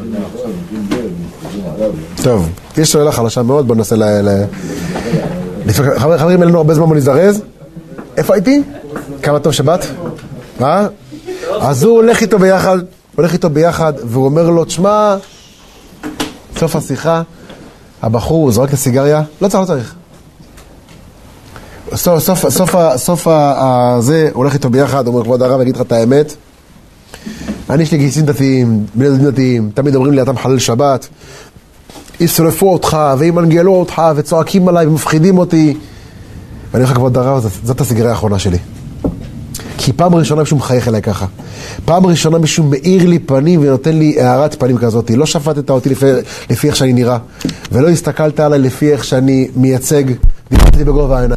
טוב, יש סוהלה חלשה מאוד, בוא ננסה חברים, אין לנו הרבה זמן, בוא נזדרז. איפה הייתי? כמה טוב שבת? מה? אז הוא הולך איתו ביחד, והוא אומר לו, תשמע, סוף השיחה, הבחור זורק לסיגריה, לא צריך. סוף הזה, הוא הולך איתו ביחד, הוא אומר, כבוד הרב, אגיד לך את האמת, אני יש לי גיסים דתיים, בני דתיים דתיים, תמיד אומרים לי, אתה מחלל שבת, ישרפו אותך, וימנגלו אותך, וצועקים עליי, ומפחידים אותי. ואני אומר לך, כבוד הרב, זאת הסגרה האחרונה שלי. כי פעם ראשונה מישהו מחייך אליי ככה. פעם ראשונה מישהו מאיר לי פנים ונותן לי הערת פנים כזאת. לא שפטת אותי לפי איך שאני נראה, ולא הסתכלת עליי לפי איך שאני מייצג. דיברתי בגובה העיניים.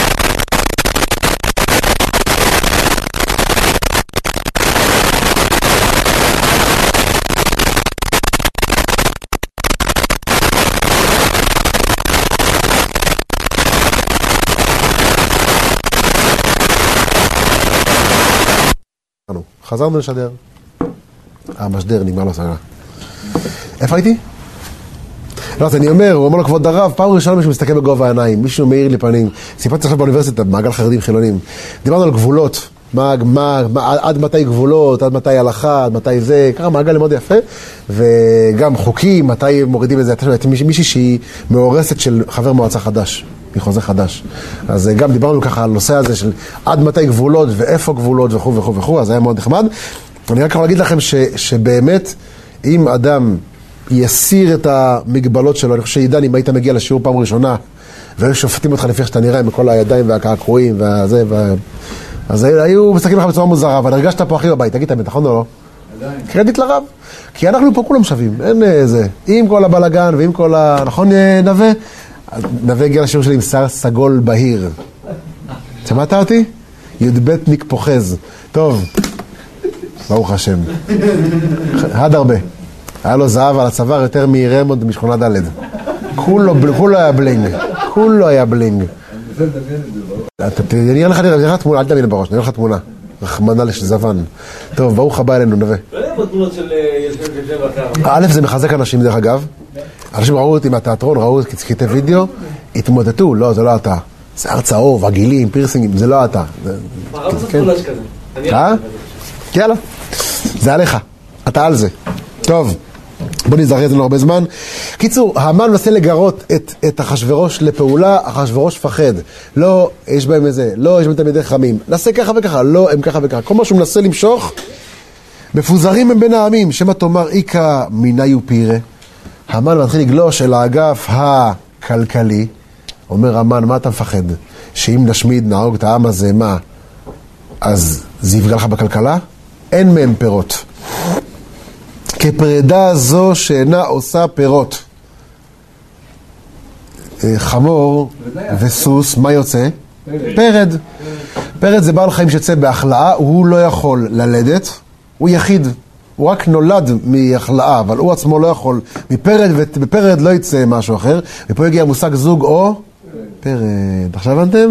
חזרנו לשדר. המשדר נגמר לו סגרה. איפה הייתי? לא, אז אני אומר, הוא אומר לו, כבוד הרב, פעם ראשונה מישהו מסתכל בגובה העיניים, מישהו מאיר לי פנים. סיפרתי עכשיו באוניברסיטה, במעגל חרדים חילונים. דיברנו על גבולות. עד מתי גבולות, עד מתי הלכה, עד מתי זה, ככה מעגל מאוד יפה. וגם חוקים, מתי מורידים את זה. מישהי שהיא מאורסת של חבר מועצה חדש. מחוזה חדש. אז גם דיברנו ככה על נושא הזה של עד מתי גבולות ואיפה גבולות וכו' וכו' וכו', אז היה מאוד נחמד. אני רק יכול להגיד לכם שבאמת, אם אדם יסיר את המגבלות שלו, אני חושב שעידן, אם היית מגיע לשיעור פעם ראשונה, והיו שופטים אותך לפי איך שאתה נראה, עם כל הידיים והקעקועים והזה, אז היו מסתכלים לך בצורה מוזרה, אבל הרגשת פה הכי בבית, תגיד, נכון או לא? קרדיט לרב. כי אנחנו פה כולם שווים, אין זה. עם כל הבלגן ועם כל נכון נווה? נווה הגיע לשיעור שלי עם שיער סגול בהיר. שמעת אותי? י"בניק פוחז. טוב, ברוך השם. עד הרבה. היה לו זהב על הצוואר יותר מרמונד משכונה ד'. כולו היה בלינג. כולו היה בלינג. אני אראה לך תמונה, אל תאמין בראש, אני אראה לך תמונה. רחמנה לזוון. טוב, ברוך הבא אלינו, נווה. לא יודע בתמונות של יושב א', זה מחזק אנשים דרך אגב. אנשים ראו אותי מהתיאטרון, ראו קטעי וידאו, התמודדו, לא, זה לא אתה. שיער צהוב, עגילים, פירסינגים, זה לא אתה. הרב זה פולש כזה. יאללה, זה עליך, אתה על זה. טוב, בוא נזרח את זה הרבה זמן. קיצור, המן מנסה לגרות את אחשוורוש לפעולה, אחשוורוש פחד. לא, יש בהם איזה, לא, יש בהם תלמידי חכמים. נעשה ככה וככה, לא, הם ככה וככה. כל מה שהוא מנסה למשוך, מפוזרים הם בין העמים. שמה תאמר, איקה מיניו פירה. המן מתחיל לגלוש אל האגף הכלכלי. אומר המן, מה אתה מפחד? שאם נשמיד, נהרוג את העם הזה, מה? אז זה יפגע לך בכלכלה? אין מהם פירות. כפרידה זו שאינה עושה פירות. חמור וסוס, מה יוצא? פרד. פרד זה בעל חיים שיוצא בהחלאה, הוא לא יכול ללדת, הוא יחיד. הוא רק נולד מהחלאה, אבל הוא עצמו לא יכול. מפרד, ובפרד לא יצא משהו אחר. ופה יגיע מושג זוג או פרד. עכשיו הבנתם?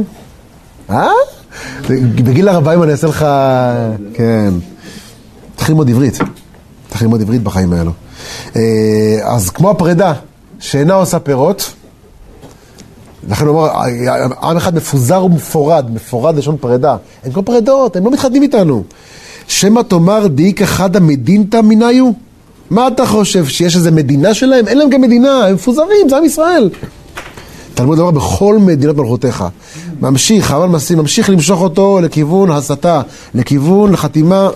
בגיל 40 אני אעשה לך... כן. תתחיל ללמוד עברית. תתחיל ללמוד עברית בחיים האלו. אז כמו הפרידה, שאינה עושה פירות, לכן אומר, עם אחד מפוזר ומפורד, מפורד לשון פרידה. הם כל פרידות, הם לא מתחתנים איתנו. שמה תאמר דאיק אחד המדינתא מיניו? מה אתה חושב, שיש איזו מדינה שלהם? אין להם גם מדינה, הם מפוזרים, זה עם ישראל. תלמוד דבר בכל מדינות מלכותיך. ממשיך, אבל ממשיך למשוך אותו לכיוון הסתה, לכיוון לחתימה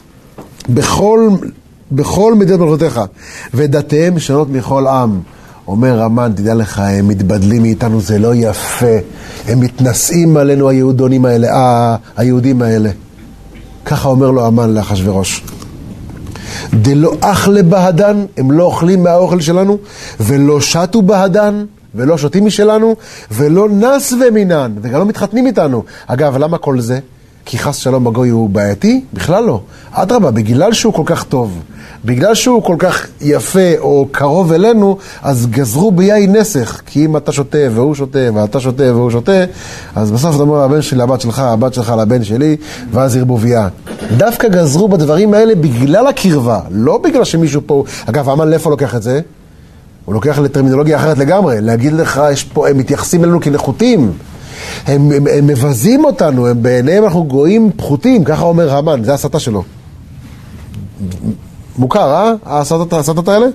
בכל מדינות מלכותיך. ודתיהם שונות מכל עם. אומר המן, תדע לך, הם מתבדלים מאיתנו, זה לא יפה. הם מתנשאים עלינו היהודונים האלה, היהודים האלה. ככה אומר לו המן לאחשוורוש. דלא אכלה בהדן, הם לא אוכלים מהאוכל שלנו, ולא שתו בהדן, ולא שותים משלנו, ולא נס ומינן, וגם לא מתחתנים איתנו. אגב, למה כל זה? כי חס שלום בגוי הוא בעייתי? בכלל לא. אדרבה, בגלל שהוא כל כך טוב, בגלל שהוא כל כך יפה או קרוב אלינו, אז גזרו ביין נסך. כי אם אתה שותה והוא שותה, ואתה שותה והוא שותה, אז בסוף אתה אומר, הבן שלי לבת שלך, הבת שלך לבן שלי, ואז ירבוביה. דווקא גזרו בדברים האלה בגלל הקרבה, לא בגלל שמישהו פה... אגב, המן לאיפה לוקח את זה? הוא לוקח לטרמינולוגיה אחרת לגמרי. להגיד לך, יש פה, הם מתייחסים אלינו כנחותים. הם מבזים אותנו, הם בעיניהם אנחנו גויים פחותים, ככה אומר המן, זה הסתה שלו. מוכר, הסתות האלה?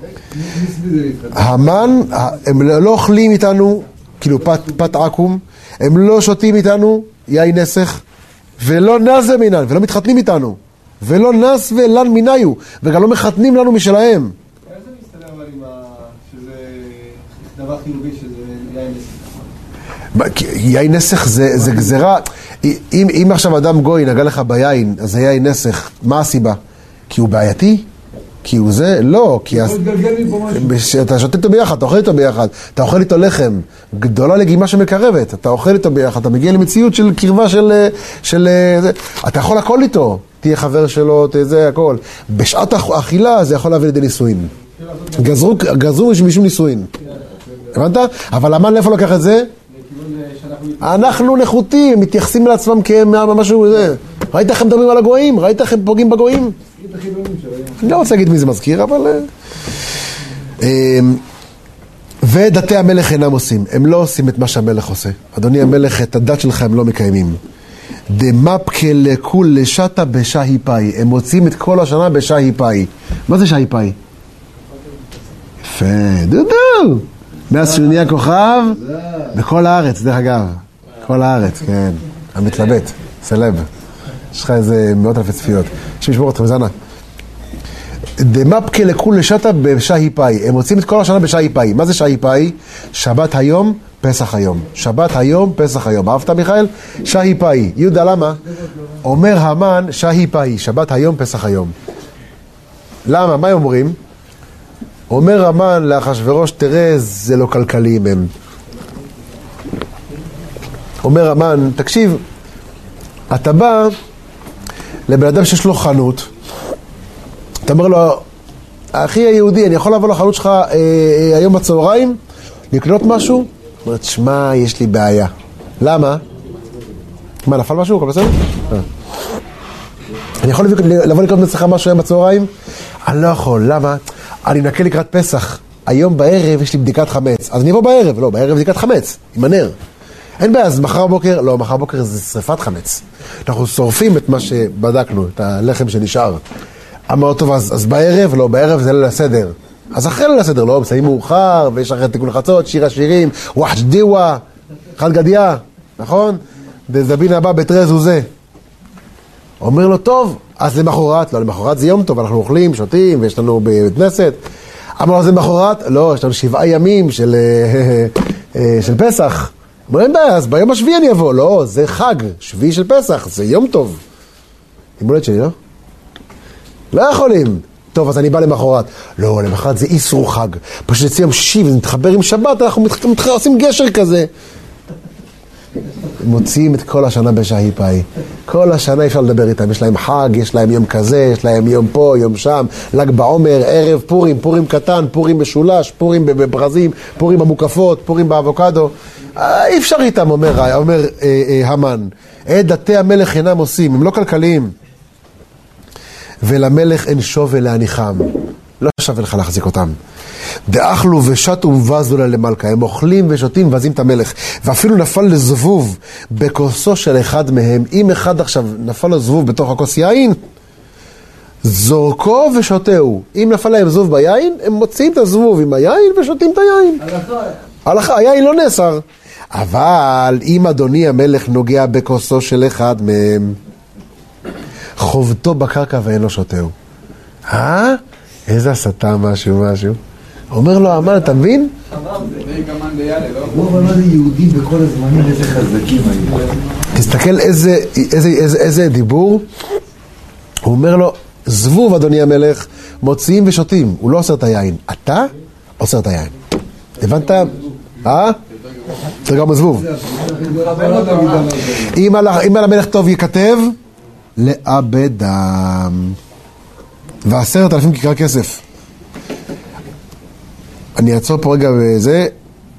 המן, הם לא אוכלים איתנו, כאילו פת עקום, הם לא שותים איתנו, יין נסך, ולא נס מינן, ולא מתחתנים איתנו, ולא נס ולן מיניו, וגם לא מחתנים לנו משלהם. איזה מסתדר אבל עם שזה דבר חיובי, שזה יין נסך. יין נסך זה גזרה. אם עכשיו אדם גוי נגע לך ביין, אז זה יין נסך, מה הסיבה? כי הוא בעייתי? כי הוא זה? לא, כי אתה שותה איתו ביחד, אתה אוכל איתו ביחד, אתה אוכל איתו לחם, גדולה לגימה שמקרבת, אתה אוכל איתו ביחד, אתה מגיע למציאות של קרבה של זה, אתה יכול הכל איתו, תהיה חבר שלו, זה הכל. בשעת האכילה זה יכול להביא לידי נישואין. גזרו משום נישואין. הבנת? אבל המן לאיפה לקח את זה? אנחנו נחותים, מתייחסים לעצמם כמשהו זה. ראית איך הם מדברים על הגויים? ראית איך הם פוגעים בגויים? אני לא רוצה להגיד מי זה מזכיר, אבל... ודתי המלך אינם עושים. הם לא עושים את מה שהמלך עושה. אדוני המלך, את הדת שלך הם לא מקיימים. דמפקה לכול לשתה בשהי פאי. הם מוצאים את כל השנה בשהי פאי. מה זה שהי פאי? יפה, דודו! מאז שנהיה כוכב, בכל הארץ, דרך אגב. כל הארץ, כן. המתלבט, סלב. יש לך איזה 100,000 צפיות. שמשמור אתכם, זנה. דמפקה לכול לשתה בשהי פאי. הם מוצאים את כל השנה בשהי פאי. מה זה שהי פאי? שבת היום, פסח היום. שבת היום, פסח היום. אהבת מיכאל? שהי פאי. יהודה למה? אומר המן שהי פאי. שבת היום, פסח היום. למה? מה הם אומרים? אומר המן לאחשוורוש, תראה, זה לא כלכלי מהם. אומר המן, תקשיב, אתה בא לבן אדם שיש לו חנות, אתה אומר לו, אחי היהודי, אני יכול לבוא לחנות שלך היום בצהריים, לקנות משהו? הוא אומר, שמע, יש לי בעיה. למה? מה, נפל משהו? הכל בסדר? אני יכול לבוא לקנות אצלך משהו היום בצהריים? אני לא יכול, למה? אני מנקה לקראת פסח, היום בערב יש לי בדיקת חמץ, אז אני אבוא בערב, לא, בערב בדיקת חמץ, עם הנר. אין בעיה, אז מחר בוקר, לא, מחר בוקר זה שריפת חמץ. אנחנו שורפים את מה שבדקנו, את הלחם שנשאר. אמר טוב, אז בערב, לא, בערב זה ליל הסדר. אז אחרי ליל הסדר, לא, מסיים מאוחר, ויש אחרי תיקון חצות, שיר השירים, וואחש דיווה, חד גדיה, נכון? דזבין הבא בתרי זוזה. אומר לו, טוב, אז למחרת, לא, למחרת זה יום טוב, אנחנו אוכלים, שותים, ויש לנו בבית כנסת. אמר לו, זה למחרת? לא, יש לנו 7 ימים של פסח. אומר, אין בעיה, אז ביום השביעי אני אבוא. לא, זה חג, שביעי של פסח, זה יום טוב. עם הולדת שלי, לא? לא יכולים. טוב, אז אני בא למחרת. לא, למחרת זה איסור חג. פשוט זה יום שישי, וזה מתחבר עם שבת, אנחנו עושים גשר כזה. מוציאים את כל השנה בשהי פאי. כל השנה אפשר לדבר איתם. יש להם חג, יש להם יום כזה, יש להם יום פה, יום שם, ל"ג בעומר, ערב פורים, פורים קטן, פורים משולש, פורים בברזים, פורים במוקפות, פורים באבוקדו. אי אפשר איתם, אומר המן. דתי המלך אינם עושים, הם לא כלכליים. ולמלך אין שווה להניחם. לא שווה לך להחזיק אותם. דאכלו ושתו ובזו למלכה. הם אוכלים ושותים ובזים את המלך. ואפילו נפל לזבוב בכוסו של אחד מהם. אם אחד עכשיו נפל לו זבוב בתוך הכוס יין, זורקו ושותהו. אם נפל להם זבוב ביין, הם מוציאים את הזבוב עם היין ושותים את היין. הלכה, היין לא נאסר. אבל אם אדוני המלך נוגע בכוסו של אחד מהם, חובתו בקרקע ואין לו שותהו. איזה הסתה משהו. אומר לו המן, אתה מבין? אבל מה זה יהודי בכל הזמנים, איזה חזקים היו. תסתכל איזה דיבור. הוא אומר לו, זבוב אדוני המלך, מוציאים ושותים. הוא לא אוסר את היין. אתה אוסר את היין. הבנת? זה גם הזבוב. אם על המלך טוב יכתב, לאבדם. ו10,000 כיכר כסף. אני אעצור פה רגע בזה.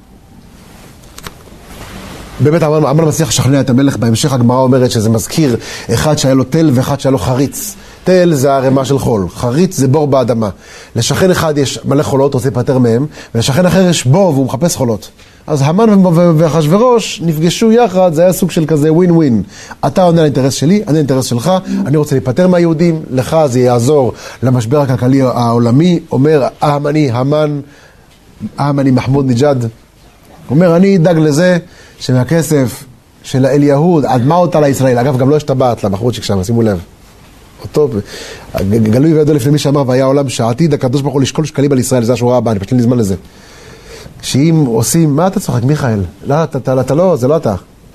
באמת המן מצליח לשכנע את המלך. בהמשך הגמרא אומרת שזה מזכיר אחד שהיה לו תל ואחד שהיה לו חריץ. תל זה הרמה של חול, חריץ זה בור באדמה. לשכן אחד יש מלא חולות, רוצה להיפטר מהם, ולשכן אחר יש בור והוא מחפש חולות. אז המן ואחשוורוש נפגשו יחד, זה היה סוג של כזה ווין ווין. אתה עונה לאינטרס שלי, אני לאינטרס שלך, אני רוצה להיפטר מהיהודים, לך זה יעזור למשבר הכלכלי העולמי. אומר המני מחמוד ניג'אד, אומר אני אדאג לזה שמהכסף של האל יהוד, עד מה אותה לישראל, אגב גם לא יש טבעת למחרוצ'יק שם, שימו לב. אותו, גלוי וידוע לפני מי שאמר, והיה עולם שעתיד הקדוש ברוך הוא לשקול שקלים על ישראל, זה השורה הבאה, אני פשוט אין לי זמן לזה. שאם עושים, מה אתה צוחק, מיכאל? לא, אתה לא, זה לא אתה.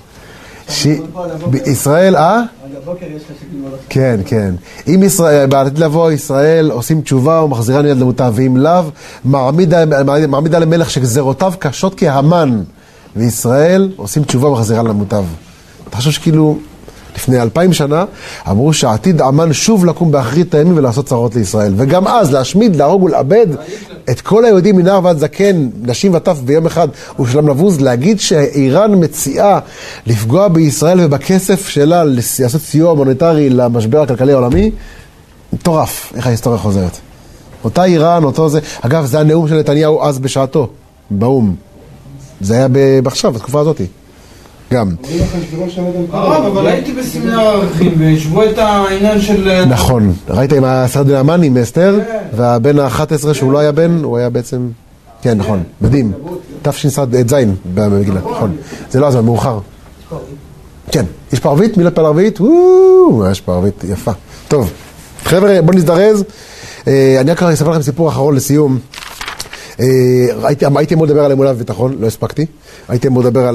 ישראל, על הבוקר יש לך שכאילו הולך. כן, כן. אם ישראל, בעתיד לבוא, ישראל עושים תשובה ומחזירן יד למוטב, ואם לאו, מעמיד על המלך שגזרותיו קשות כהמן, וישראל עושים תשובה ומחזירן למוטב. אתה חושב שכאילו, לפני 2000 שנה, אמרו שעתיד אמן שוב לקום באחרית הימים ולעשות צרות לישראל. וגם אז, להשמיד, להרוג ולאבד את כל היהודים מנער ועד זקן, נשים וטף ביום אחד ושלם לבוז, להגיד שאיראן מציעה לפגוע בישראל ובכסף שלה, לעשות סיוע מוניטרי למשבר הכלכלי העולמי, מטורף, איך ההיסטוריה חוזרת. אותה איראן, אותו זה, אגב, זה הנאום של נתניהו אז בשעתו, באום. זה היה עכשיו, בתקופה הזאת. גם. אבל הייתי בסמינר הערכים והשוו את העניין של... נכון, ראית עם הסרדן המאני מאסתר, והבן ה-11 שהוא לא היה בן, הוא היה בעצם... כן, נכון, מדהים. תש"ז במגילה, נכון. זה לא הזמן, מאוחר. כן, יש פה ערבית, מילה פעל ערבית, יש פה ערבית יפה. טוב, חבר'ה, בואו נזדרז. אני רק אספר לכם סיפור אחרון לסיום. הייתי אמור לדבר על אמונה וביטחון, לא הספקתי. הייתי אמור לדבר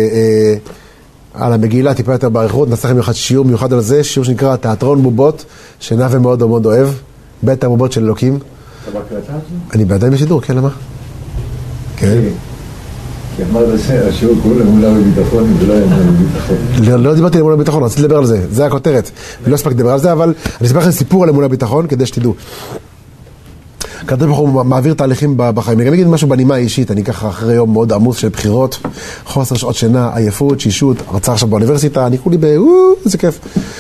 על המגילה, טיפה יותר בעריכות, נעשה לכם שיעור מיוחד על זה, שיעור שנקרא תיאטרון בובות, שנאווה מאוד מאוד אוהב, בית הבובות של אלוקים. אתה בהקלטה? אני בעדיין בשידור, כן, למה? כן. כי אמרת השיעור קוראים לאמונה וביטחון, ולא היה אמונה וביטחון. לא דיברתי על אמונה וביטחון, רציתי לדבר על זה, זה הכותרת. ולא הספקתי לדבר על זה, אבל אני אספר לכם סיפור על אמונה וביטחון, כדי שתדעו. כתוב הוא מעביר תהליכים בחיים. אני גם אגיד משהו בנימה האישית, אני ככה אחרי יום מאוד עמוס של בחירות, חוסר שעות שינה, עייפות, שישות, הרצאה עכשיו באוניברסיטה, אני כולי איזה כיף.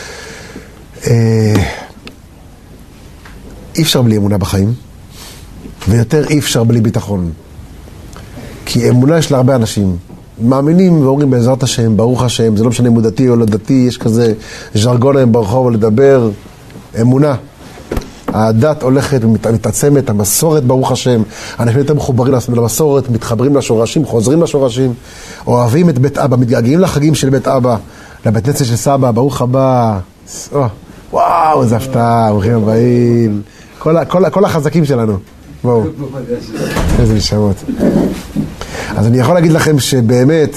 אי אפשר בלי אמונה בחיים, ויותר אי אפשר בלי ביטחון. כי אמונה יש להרבה אנשים. מאמינים ואומרים בעזרת השם, ברוך השם, זה לא משנה אם הוא דתי או לא דתי, יש כזה ז'רגון היום ברחוב לדבר, אמונה. הדת הולכת ומתעצמת, המסורת ברוך השם, אנשים יותר מחוברים למסורת, מתחברים לשורשים, חוזרים לשורשים, אוהבים את בית אבא, מתגעגעים לחגים של בית אבא, לבית נצר של סבא, ברוך הבא, וואו, איזה הפתעה, ברוכים הבאים, כל החזקים שלנו, בואו, איזה נשמות. אז אני יכול להגיד לכם שבאמת,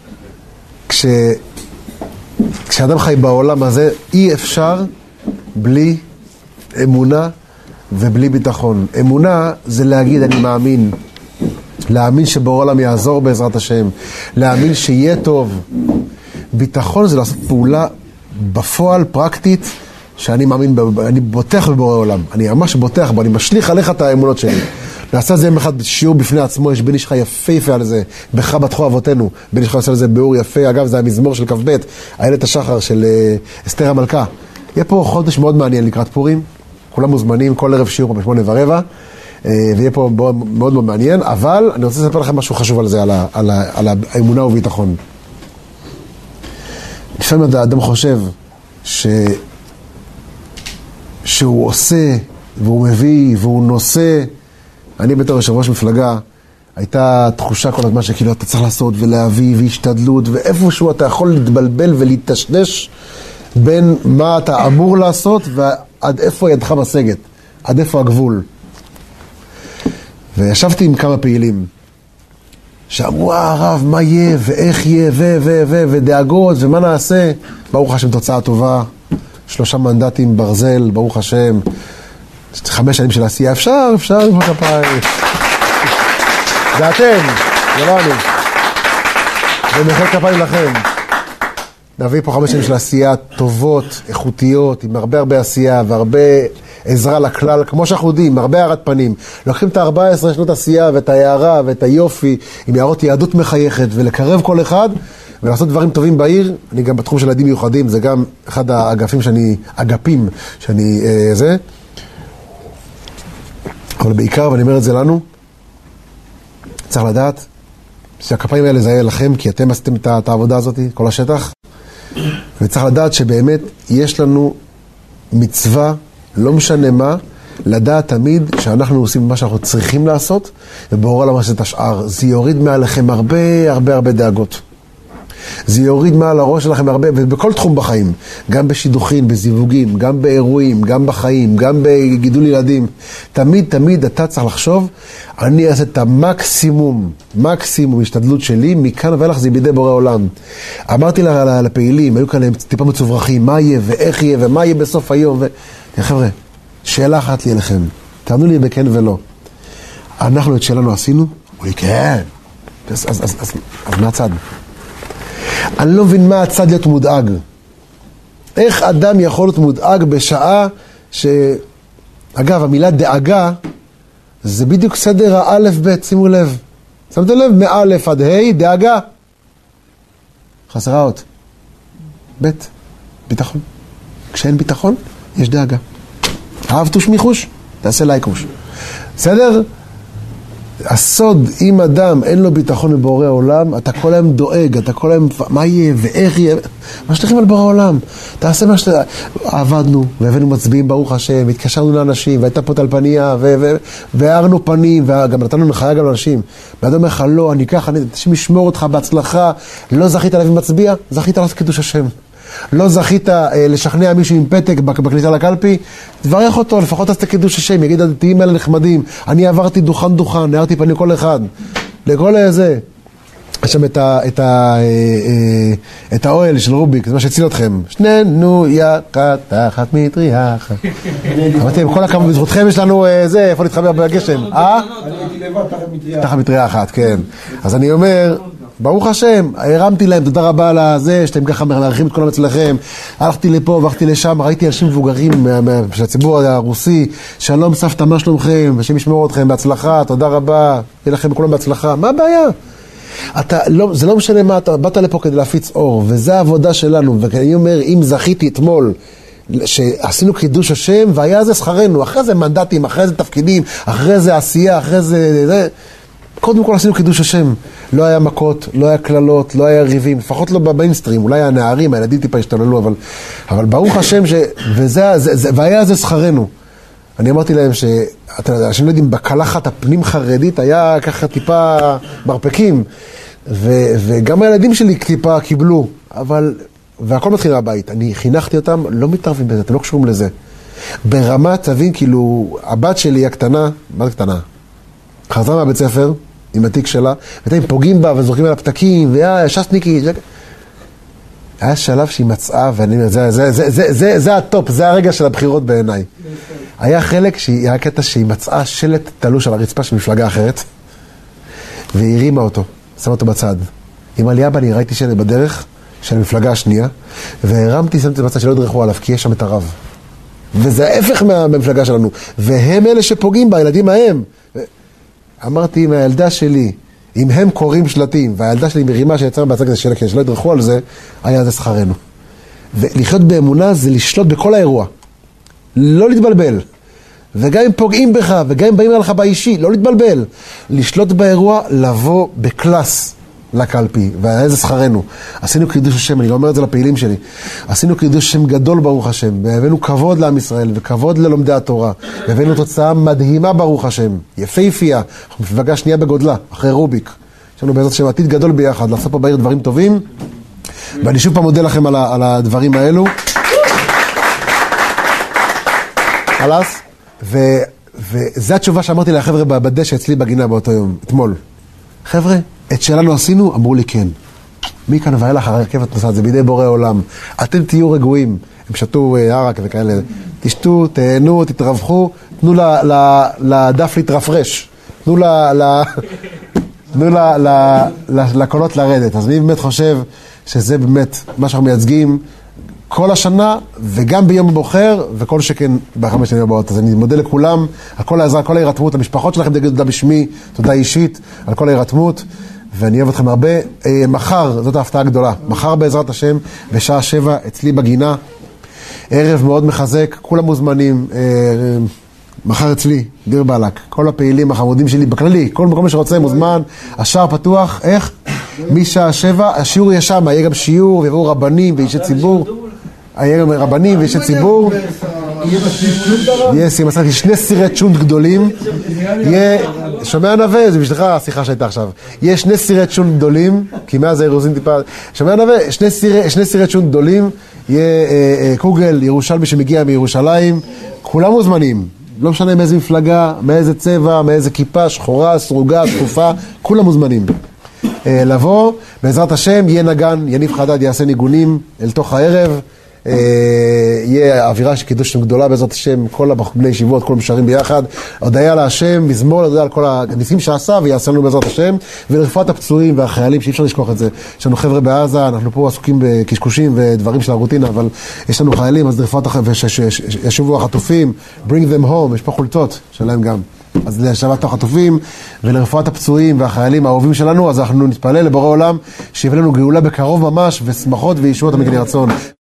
כשאדם חי בעולם הזה, אי אפשר בלי אמונה ובלי ביטחון. אמונה זה להגיד אני מאמין, להאמין שבעולם יעזור בעזרת השם, להאמין שיהיה טוב. ביטחון זה לעשות פעולה בפועל פרקטית שאני מאמין, אני בוטח בבורא עולם, אני ממש בוטח בו, אני משליך עליך את האמונות שלי. נעשה זה יום אחד שיעור בפני עצמו, יש בן איש יפה יפה על זה, בך בתחו אבותינו, בן איש עושה על זה ביאור יפה, אגב זה המזמור של כ"ב, איילת השחר של אסתר המלכה. יהיה פה חודש מאוד מעניין לקראת פורים, כולם מוזמנים, כל ערב שיעור ב8:15, ויהיה פה מאוד מאוד מעניין, אבל אני רוצה לספר לכם משהו חשוב על זה, על האמונה וביטחון. לפעמים האדם חושב שהוא עושה, והוא מביא, והוא נושא. אני בתור יושב ראש מפלגה, הייתה תחושה כל הזמן שכאילו אתה צריך לעשות ולהביא והשתדלות, ואיפשהו אתה יכול להתבלבל ולהתשנש בין מה אתה אמור לעשות ועד איפה ידך משגת, עד איפה הגבול. וישבתי עם כמה פעילים שאמרו, הרב, מה יהיה ואיך יהיה ודאגות ומה נעשה. ברוך השם, תוצאה טובה, 3 מנדטים ברזל, ברוך השם, 5 שנים של עשייה, אפשר עם הכפיים. זה אתם, זה לא אני. ומחא כפיים לכם. נביא פה 5 שנים של עשייה טובות, איכותיות, עם הרבה עשייה והרבה עזרה לכלל, כמו שאנחנו יודעים, הרבה הערת פנים. לוקחים את 14 שנות עשייה ואת ההערה ואת היופי, עם הערות יהדות מחייכת, ולקרב כל אחד, ולעשות דברים טובים בעיר. אני גם בתחום של ילדים מיוחדים, זה גם אחד האגפים שאני זה. אבל בעיקר, ואני אומר את זה לנו, צריך לדעת שהכפיים האלה זה היה לכם, כי אתם עשיתם את העבודה הזאת, כל השטח. וצריך לדעת שבאמת יש לנו מצווה, לא משנה מה, לדעת תמיד שאנחנו עושים מה שאנחנו צריכים לעשות, ובורא למה שזה תשאר. זה יוריד מעליכם הרבה דאגות. זה יוריד מעל הראש שלכם הרבה, ובכל תחום בחיים, גם בשידוכים, בזיווגים, גם באירועים, גם בחיים, גם בגידול ילדים. תמיד אתה צריך לחשוב, אני אעשה את מקסימום השתדלות שלי, מכאן ואילך זה בידי בורא עולם. אמרתי לפעילים, היו כאן טיפה מצוברחים, מה יהיה ואיך יהיה ומה יהיה בסוף היום. חבר'ה, שאלה אחת לי אליכם, תענו לי בכן ולא. אנחנו את שלנו עשינו? אולי כן. אז מה הצד? אני לא מבין מה הצד להיות מודאג. איך אדם יכול להיות מודאג בשעה אגב, המילה דאגה זה בדיוק סדר האלף בית, שימו לב. שמתם לב? מאלף עד ה' דאגה. חסרה אות. בית, ביטחון. כשאין ביטחון, יש דאגה. אהבתוש מיחוש, תעשה לייקוש. בסדר? הסוד, אם אדם אין לו ביטחון בבורא העולם, אתה כל היום דואג, אתה כל היום, מה יהיה ואיך יהיה, מה שתכם על בורא העולם. תעשה מה עבדנו, והבאנו מצביעים ברוך השם, התקשרנו לאנשים, והייתה פה טלפניה, והארנו פנים, וגם נתנו נחיה גם לאנשים. ואדם אומר לך, לא, אני ככה, אנשים ישמור אותך בהצלחה, לא זכית להביא מצביע, זכית לעשות קידוש השם. לא זכית לשכנע מישהו עם פתק בכניסה לקלפי, תברך אותו, לפחות תעשה קידוש השם, יגיד הדתיים האלה נחמדים, אני עברתי דוכן, נערתי פנים כל אחד, לכל איזה, יש שם את האוהל של רוביק, זה מה שהציל אתכם, שנינו יחד תחת מטריה אחת. אמרתם, כל הכבוד, בזכותכם יש לנו זה, איפה להתחבר בגשם? תחת מטריה אחת, כן. אז אני אומר, ברוך השם, הרמתי להם, תודה רבה על זה, שאתם ככה מארחים את כולם אצלכם, הלכתי לפה והלכתי לשם, ראיתי אנשים מבוגרים של הציבור הרוסי, שלום סבתא, מה שלומכם, ושם ישמעו אתכם בהצלחה, תודה רבה, יהיה לכם בכולם בהצלחה, מה הבעיה? זה לא משנה מה, אתה באת לפה כדי להפיץ אור, וזה העבודה שלנו, ואני אומר, אם זכיתי אתמול, שעשינו קידוש השם, והיה זה שכרנו, אחרי זה מנדטים, אחרי זה תפקידים, אחרי זה עשייה, אחרי זה, קודם כל עשינו קידוש השם, לא היה מכות, לא היה כללות, לא היה ריבים, לפחות לא במיינסטרים, אולי הנערים, הילדים טיפה השתוללו, אבל ברוך השם, והיה זה שכרנו. אני אמרתי להם שאנשים לא יודעים, בקלחת הפנים חרדית היה ככה טיפה מרפקים, וגם הילדים שלי טיפה קיבלו, והכל מתחיל מהבית. אני חינכתי אותם, לא מתערבים בזה, אתם לא קשורים לזה. ברמה תבין, כאילו, הבת שלי הקטנה, מה זה קטנה? חזרה מהבית ספר, עם התיק שלה, ואתם פוגעים בה וזורקים על הפתקים, שסניקי, היה שלב שהיא מצאה, ואני אומר, זה הטופ, זה הרגע של הבחירות בעיניי. היה חלק, היה קטע שהיא מצאה שלט תלוש על הרצפה של מפלגה אחרת, והיא הרימה אותו, שמה אותו בצד. עם עלייה בה, אני ראיתי שלט בדרך של המפלגה השנייה, והרמתי, שמתי את בצד שלא ידרכו עליו, כי יש שם את הרב. וזה ההפך מהמפלגה שלנו, והם אלה שפוגעים בה, הילדים ההם. אמרתי, עם הילדה שלי, אם הם קוראים שלטים, והילדה שלי מרימה שיצרה בהצג הזה שלט, שלא ידרכו על זה, היה זה שכרנו. ולחיות באמונה זה לשלוט בכל האירוע. לא להתבלבל. וגם אם פוגעים בך, וגם אם באים עליך באישי, לא להתבלבל. לשלוט באירוע, לבוא בקלאס לקלפי, והיה זה שכרנו. עשינו קידוש השם, אני לא אומר את זה לפעילים שלי. עשינו קידוש השם גדול ברוך השם, והבאנו כבוד לעם ישראל, וכבוד ללומדי התורה. והבאנו תוצאה מדהימה ברוך השם, יפהפייה. אנחנו מפלגה שנייה בגודלה, אחרי רוביק. יש לנו בעזרת השם עתיד גדול ביחד, לעשות פה בעיר דברים טובים. ואני שוב פעם מודה לכם על הדברים האלו. חלס? וזו התשובה שאמרתי לחבר'ה בדשא אצלי בגינה באותו יום, אתמול. חבר'ה, את שלנו עשינו? אמרו לי כן. מכאן ואילך הרכבת נוסעת, זה בידי בורא עולם. אתם תהיו רגועים. הם שתו ערק וכאלה. תשתו, תהנו, תתרווחו, תנו לדף להתרפרש. תנו לקולות לרדת. אז אני באמת חושב שזה באמת מה שאנחנו מייצגים כל השנה, וגם ביום הבוחר, וכל שכן ב5 שנים הבאות. אז אני מודה לכולם, על כל העזרה, כל ההירתמות, המשפחות שלכם תגידו תודה בשמי, תודה אישית, על כל ההירתמות, ואני אוהב אתכם הרבה. מחר, זאת ההפתעה הגדולה, מחר בעזרת השם, בשעה 7, אצלי בגינה, ערב מאוד מחזק, כולם מוזמנים, מחר אצלי, דיר בעלק, כל הפעילים החמודים שלי, בכללי, כל מקום שרוצה מוזמן, השער פתוח, איך? משעה 7, השיעור יהיה שם, יהיה גם שיעור, ויבואו רבנים ואישי ציבור, יהיה גם רבנים ואישי ציבור, יהיה שני סירי צ'ונט גדולים, יהיה שומע נווה, זה בשבילך השיחה שהייתה עכשיו. יש שני סירי צ'ון גדולים, כי מאז האירוזין טיפה... שומע נווה, שני סירי צ'ון גדולים, יהיה קוגל, ירושלמי שמגיע מירושלים, כולם מוזמנים. לא משנה מאיזה מפלגה, מאיזה צבע, מאיזה כיפה, שחורה, סרוגה, שקופה, כולם מוזמנים. לבוא, בעזרת השם, יהיה נגן, יניב חדד יעשה ניגונים אל תוך הערב, יהיה אווירה של קידוש גדולה בעזרת השם, כל בני ישיבות, כל משרים ביחד, הודיה להשם, מזמור להודיה על כל הניסים שעשה ויעשה לנו בעזרת השם, ולרפואת הפצועים והחיילים שאי אפשר לשכוח את זה. יש לנו חבר'ה בעזה, אנחנו פה עסוקים בקשקושים ודברים של הרוטינה, אבל יש לנו חיילים, אז לרפואת ישובו החטופים, bring them home, יש פה חולצות שלהם גם. אז להשבת החטופים ולרפואת הפצועים והחיילים האהובים שלנו, אז אנחנו נתפלל לבורא עולם שיביא לנו גאולה בקרוב ממש ושמחות וישועות המקני רצון.